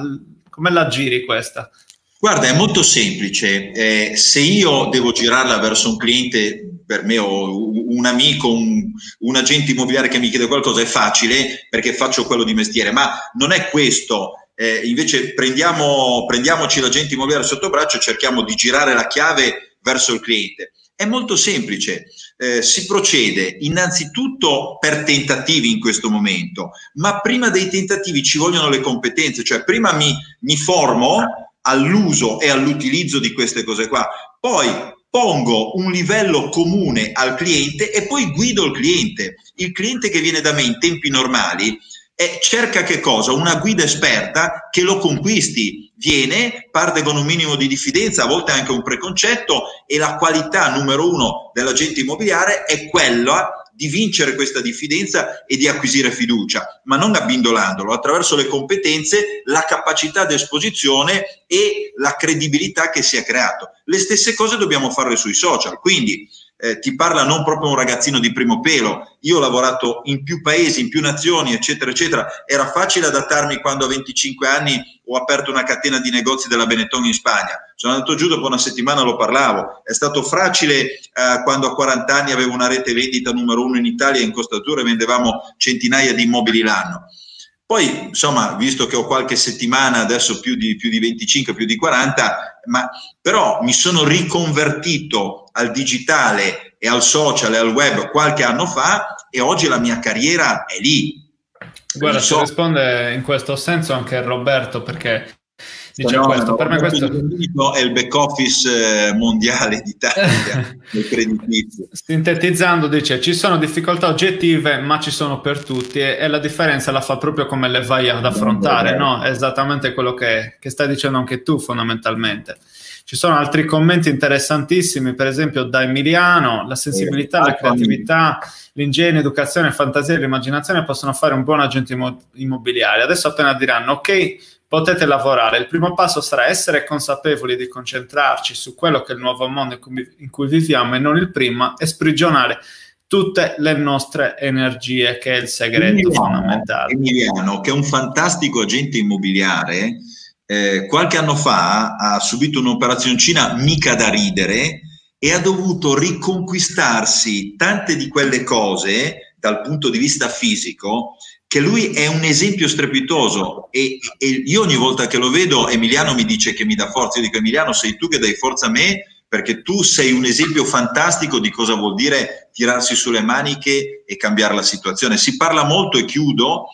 giri questa? Guarda, è molto semplice. Se io devo girarla verso un cliente, per me o un amico, un agente immobiliare che mi chiede qualcosa, è facile perché faccio quello di mestiere, ma non è questo. Invece prendiamoci l'agente immobiliare sotto braccio e cerchiamo di girare la chiave verso il cliente. È molto semplice, si procede innanzitutto per tentativi in questo momento, ma prima dei tentativi ci vogliono le competenze, cioè prima mi formo all'uso e all'utilizzo di queste cose qua, poi pongo un livello comune al cliente e poi guido il cliente che viene da me in tempi normali. Cerca che cosa? Una guida esperta che lo conquisti, parte con un minimo di diffidenza, a volte anche un preconcetto, e la qualità numero uno dell'agente immobiliare è quella di vincere questa diffidenza e di acquisire fiducia, ma non abbindolandolo, attraverso le competenze, la capacità di esposizione e la credibilità che si è creato. Le stesse cose dobbiamo farle sui social, quindi ti parla non proprio un ragazzino di primo pelo. Io ho lavorato in più paesi, in più nazioni, eccetera, eccetera. Era facile adattarmi quando a 25 anni ho aperto una catena di negozi della Benetton in Spagna. Sono andato giù, dopo una settimana lo parlavo. È stato facile quando a 40 anni avevo una rete vendita numero 1 in Italia, in Costa Azzurra, e vendevamo centinaia di immobili l'anno. Poi, insomma, visto che ho qualche settimana, adesso più di 25, più di 40, però mi sono riconvertito al digitale e al social e al web qualche anno fa e oggi la mia carriera è lì. Guarda, ci risponde in questo senso anche Roberto, perché dice questo, per me questo è il back office mondiale d'Italia del creditizio. Sintetizzando, dice: ci sono difficoltà oggettive, ma ci sono per tutti, e la differenza la fa proprio come le vai ad affrontare, no? È esattamente quello che stai dicendo anche tu, fondamentalmente. Ci sono altri commenti interessantissimi, per esempio da Emiliano: la sensibilità, la creatività, l'ingegno, educazione, fantasia e l'immaginazione possono fare un buon agente immobiliare. Adesso appena diranno ok, potete lavorare, il primo passo sarà essere consapevoli di concentrarci su quello che è il nuovo mondo in cui viviamo e non il prima, e sprigionare tutte le nostre energie, che è il segreto fondamentale. Emiliano, che è un fantastico agente immobiliare, qualche anno fa ha subito un'operazioncina mica da ridere e ha dovuto riconquistarsi tante di quelle cose dal punto di vista fisico, che lui è un esempio strepitoso, e io ogni volta che lo vedo, Emiliano mi dice che mi dà forza. Io dico: Emiliano, sei tu che dai forza a me, perché tu sei un esempio fantastico di cosa vuol dire tirarsi sulle maniche e cambiare la situazione. Si parla molto, e chiudo,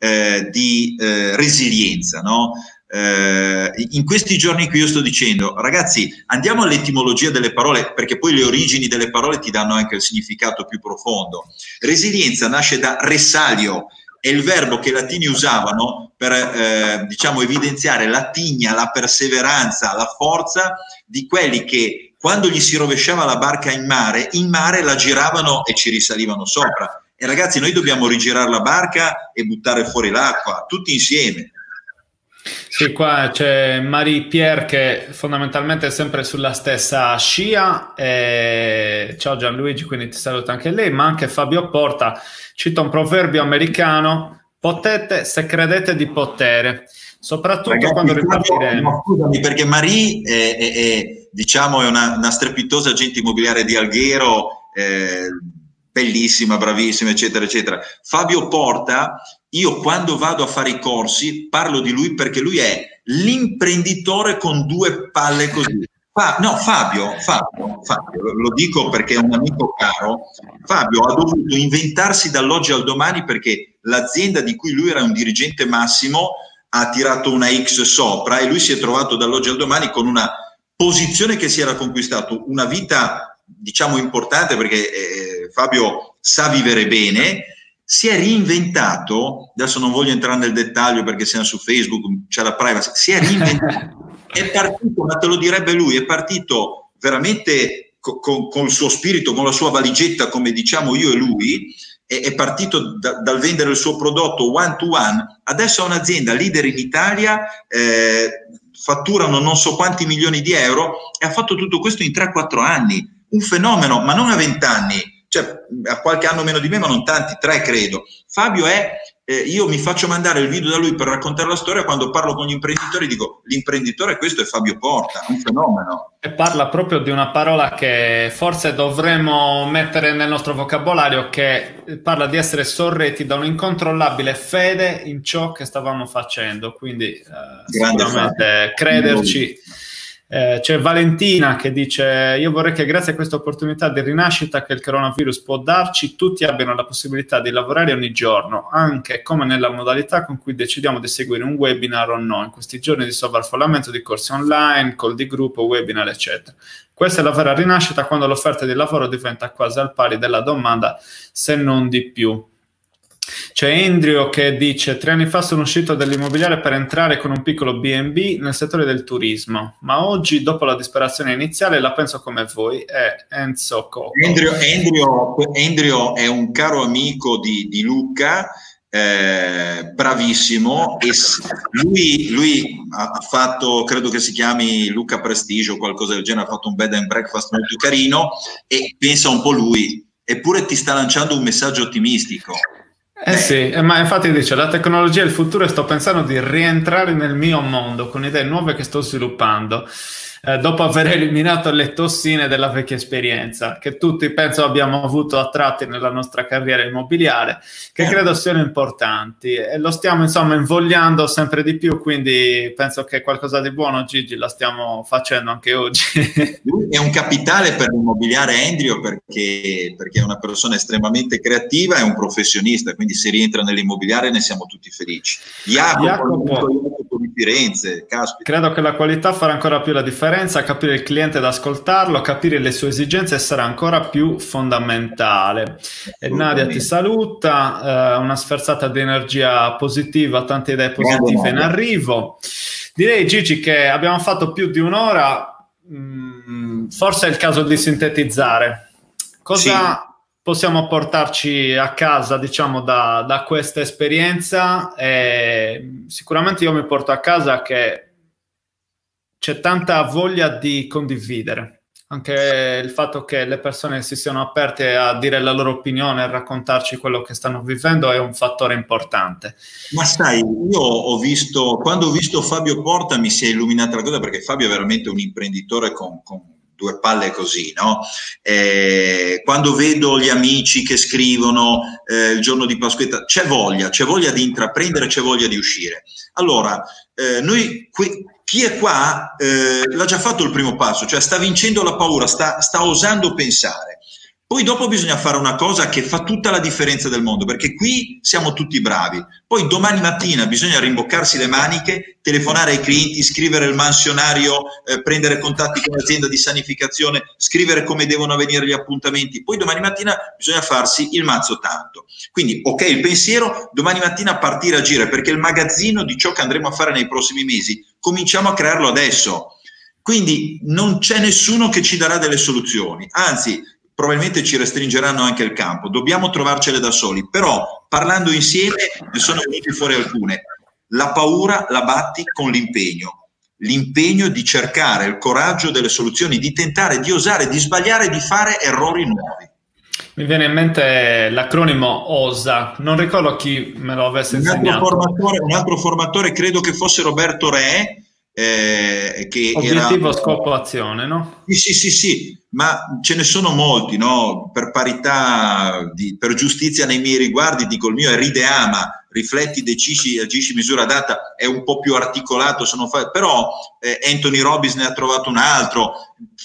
di resilienza, no? In questi giorni qui io sto dicendo: ragazzi, andiamo all'etimologia delle parole, perché poi le origini delle parole ti danno anche il significato più profondo. Resilienza nasce da resalio, è il verbo che i latini usavano per diciamo evidenziare la tigna, la perseveranza, la forza di quelli che, quando gli si rovesciava la barca in mare la giravano e ci risalivano sopra. E ragazzi, noi dobbiamo rigirare la barca e buttare fuori l'acqua, tutti insieme. Sì, qua c'è Marie Pierre che fondamentalmente è sempre sulla stessa scia. Ciao Gianluigi, quindi ti saluto anche lei, ma anche Fabio Porta cita un proverbio americano: potete se credete di potere, soprattutto ragazzi, quando ripartiremo. No, scusami, perché Marie diciamo è una strepitosa agente immobiliare di Alghero, bellissima, bravissima, eccetera, eccetera. Fabio Porta, io quando vado a fare i corsi parlo di lui perché lui è l'imprenditore con due palle così. Fabio, lo dico perché è un amico caro. Fabio ha dovuto inventarsi dall'oggi al domani, perché l'azienda di cui lui era un dirigente massimo ha tirato una X sopra e lui si è trovato dall'oggi al domani con una posizione che si era conquistato, una vita diciamo importante, perché Fabio sa vivere bene, si è reinventato, adesso non voglio entrare nel dettaglio perché siamo su Facebook, c'è la privacy, si è reinventato, è partito, ma te lo direbbe lui, è partito veramente con il suo spirito, con la sua valigetta, come diciamo io e lui, è partito dal vendere il suo prodotto one to one, adesso è un'azienda leader in Italia, fatturano non so quanti milioni di euro e ha fatto tutto questo in 3-4 anni, un fenomeno, ma non a 20 anni, cioè a qualche anno meno di me, ma non tanti, 3 credo. Fabio io mi faccio mandare il video da lui per raccontare la storia, quando parlo con gli imprenditori dico, l'imprenditore questo è Fabio Porta, un fenomeno. E parla proprio di una parola che forse dovremmo mettere nel nostro vocabolario, che parla di essere sorretti da un'incontrollabile fede in ciò che stavamo facendo, quindi sicuramente crederci. C'è Valentina che dice: io vorrei che grazie a questa opportunità di rinascita che il coronavirus può darci, tutti abbiano la possibilità di lavorare ogni giorno, anche come nella modalità con cui decidiamo di seguire un webinar o no, in questi giorni di sovraffollamento di corsi online, call di gruppo, webinar eccetera. Questa è la vera rinascita, quando l'offerta di lavoro diventa quasi al pari della domanda, se non di più. C'è Endrio che dice: 3 anni fa sono uscito dall'immobiliare per entrare con un piccolo B&B nel settore del turismo, ma oggi, dopo la disperazione iniziale, la penso come voi. È Enzo Coco. Endrio è un caro amico di Luca, bravissimo, e lui ha fatto, credo che si chiami Luca Prestige o qualcosa del genere, ha fatto un bed and breakfast molto carino e pensa un po' lui, eppure ti sta lanciando un messaggio ottimistico. Sì, ma infatti dice: la tecnologia è il futuro e sto pensando di rientrare nel mio mondo con idee nuove che sto sviluppando, dopo aver eliminato le tossine della vecchia esperienza, che tutti penso abbiamo avuto a tratti nella nostra carriera immobiliare, che credo siano importanti, e lo stiamo insomma invogliando sempre di più, quindi penso che qualcosa di buono, Gigi, la stiamo facendo anche oggi. Lui è un capitale per l'immobiliare, Endrio, perché è una persona estremamente creativa, è un professionista, quindi se rientra nell'immobiliare ne siamo tutti felici. Jacopo di Firenze, caspita. Credo che la qualità farà ancora più la differenza, capire il cliente ed ascoltarlo, capire le sue esigenze sarà ancora più fondamentale. E Nadia ti saluta, una sferzata di energia positiva, tante idee positive in arrivo. Direi, Gigi, che abbiamo fatto più di un'ora, forse è il caso di sintetizzare. Cosa possiamo portarci a casa, diciamo, da questa esperienza? Sicuramente io mi porto a casa che c'è tanta voglia di condividere, anche il fatto che le persone si siano aperte a dire la loro opinione, a raccontarci quello che stanno vivendo, è un fattore importante. Ma sai, io quando ho visto Fabio Porta mi si è illuminata la cosa, perché Fabio è veramente un imprenditore con 2 palle così, no? Quando vedo gli amici che scrivono il giorno di Pasquetta, c'è voglia di intraprendere, c'è voglia di uscire. Allora, chi è qua l'ha già fatto il primo passo, cioè sta vincendo la paura, sta osando pensare. Poi dopo bisogna fare una cosa che fa tutta la differenza del mondo, perché qui siamo tutti bravi. Poi domani mattina bisogna rimboccarsi le maniche, telefonare ai clienti, scrivere il mansionario, prendere contatti con l'azienda di sanificazione, scrivere come devono avvenire gli appuntamenti. Poi domani mattina bisogna farsi il mazzo tanto. Quindi, ok, il pensiero, domani mattina partire a agire, perché il magazzino di ciò che andremo a fare nei prossimi mesi cominciamo a crearlo adesso. Quindi non c'è nessuno che ci darà delle soluzioni, anzi probabilmente ci restringeranno anche il campo, dobbiamo trovarcele da soli, però parlando insieme ne sono venute fuori alcune. La paura la batti con l'impegno di cercare il coraggio delle soluzioni, di tentare, di osare, di sbagliare, di fare errori nuovi. Mi viene in mente l'acronimo OSA, non ricordo chi me lo avesse insegnato. Un altro formatore, credo che fosse Roberto Re, che obiettivo, scopo, azione, no? Sì, ma ce ne sono molti, no? Per parità, per giustizia nei miei riguardi, dico il mio è ride ama, rifletti, decisi, agisci, misura data, è un po' più articolato, però Anthony Robbins ne ha trovato un altro,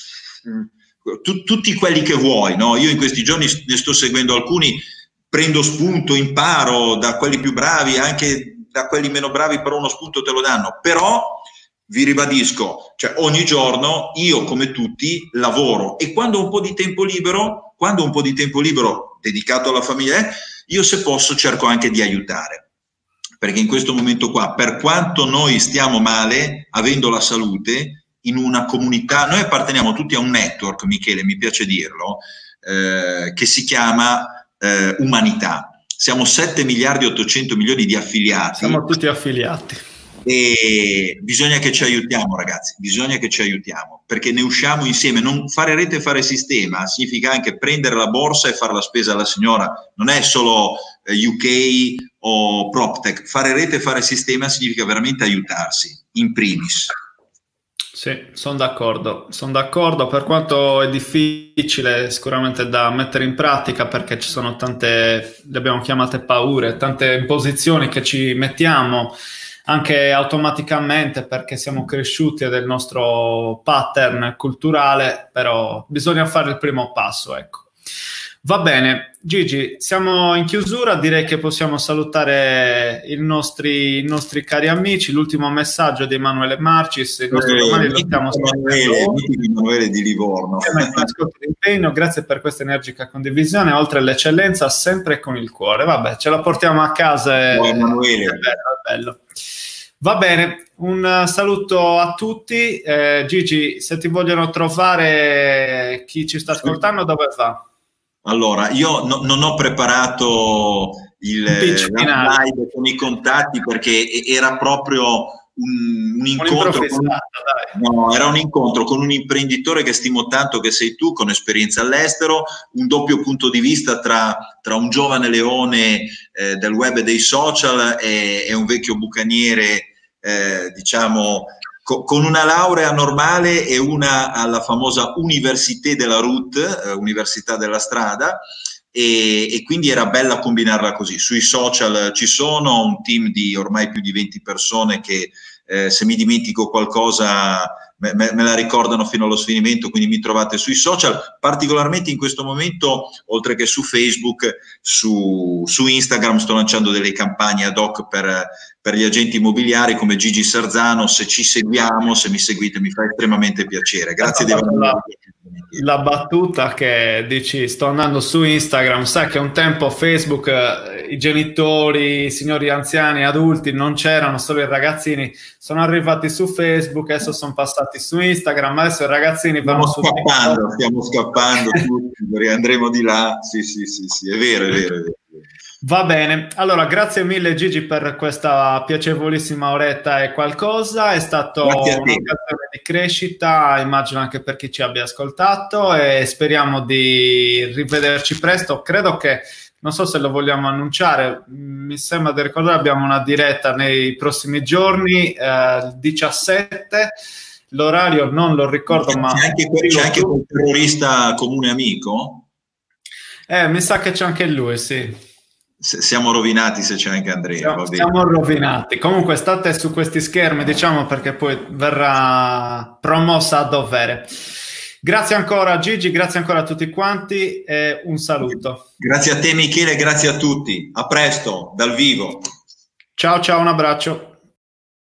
tutti quelli che vuoi, no? Io in questi giorni ne sto seguendo alcuni, prendo spunto, imparo da quelli più bravi, anche da quelli meno bravi, però uno spunto te lo danno, però vi ribadisco, cioè ogni giorno io come tutti lavoro, e quando ho un po' di tempo libero dedicato alla famiglia, io se posso cerco anche di aiutare, perché in questo momento qua, per quanto noi stiamo male, avendo la salute, in una comunità, noi apparteniamo tutti a un network, Michele, mi piace dirlo, che si chiama Umanità. Siamo 7 miliardi e 800 milioni di affiliati. Siamo tutti affiliati. E bisogna che ci aiutiamo, ragazzi, bisogna che ci aiutiamo, perché ne usciamo insieme. Non fare rete e fare sistema significa anche prendere la borsa e fare la spesa alla signora, non è solo UK o PropTech. Fare rete e fare sistema significa veramente aiutarsi, in primis. Sì, sono d'accordo, per quanto è difficile sicuramente da mettere in pratica, perché ci sono tante, le abbiamo chiamate paure, tante imposizioni che ci mettiamo anche automaticamente perché siamo cresciuti ed è il nostro pattern culturale, però bisogna fare il primo passo, ecco. Va bene, Gigi, siamo in chiusura, direi che possiamo salutare i nostri cari amici. L'ultimo messaggio di Emanuele Marcis, il nostro domani lo stiamo Emanuele di Livorno. Impegno, grazie per questa energica condivisione, oltre all'eccellenza sempre con il cuore. Vabbè, ce la portiamo a casa. Emanuele. È bello. Va bene, un saluto a tutti. Gigi, se ti vogliono trovare, chi ci sta ascoltando, dove va? Allora, io non ho preparato la slide con i contatti perché era proprio un incontro. Era un incontro con un imprenditore che stimo tanto, che sei tu, con esperienza all'estero, un doppio punto di vista tra un giovane leone del web e dei social e un vecchio bucaniere, diciamo, con una laurea normale e una alla famosa Université de la Route, Università della Strada, e quindi era bella combinarla così. Sui social ci sono un team di ormai più di 20 persone che se mi dimentico qualcosa me la ricordano fino allo sfinimento, quindi mi trovate sui social, particolarmente in questo momento, oltre che su Facebook, su Instagram sto lanciando delle campagne ad hoc per gli agenti immobiliari come Gigi Sarzano. Se ci seguiamo, se mi seguite, mi fa estremamente piacere. Grazie di la battuta che dici sto andando su Instagram, sai che un tempo Facebook i genitori, i signori anziani, adulti non c'erano, solo i ragazzini sono arrivati su Facebook, adesso sono passati su Instagram, adesso i ragazzini vanno su TikTok. Stiamo scappando tutti, andremo di là. Sì, è vero. Va bene, allora grazie mille Gigi per questa piacevolissima oretta e qualcosa, è stato un'occasione di crescita, immagino anche per chi ci abbia ascoltato, e speriamo di rivederci presto. Credo che, non so se lo vogliamo annunciare, mi sembra di ricordare abbiamo una diretta nei prossimi giorni, 17, l'orario non lo ricordo, ma c'è anche quel terrorista comune amico? Mi sa che c'è anche lui, sì. Siamo rovinati se c'è anche Andrea. Siamo rovinati. Comunque state su questi schermi, diciamo, perché poi verrà promossa a dovere. Grazie ancora Gigi, grazie ancora a tutti quanti e un saluto. Grazie a te Michele, grazie a tutti. A presto, dal vivo. Ciao, un abbraccio.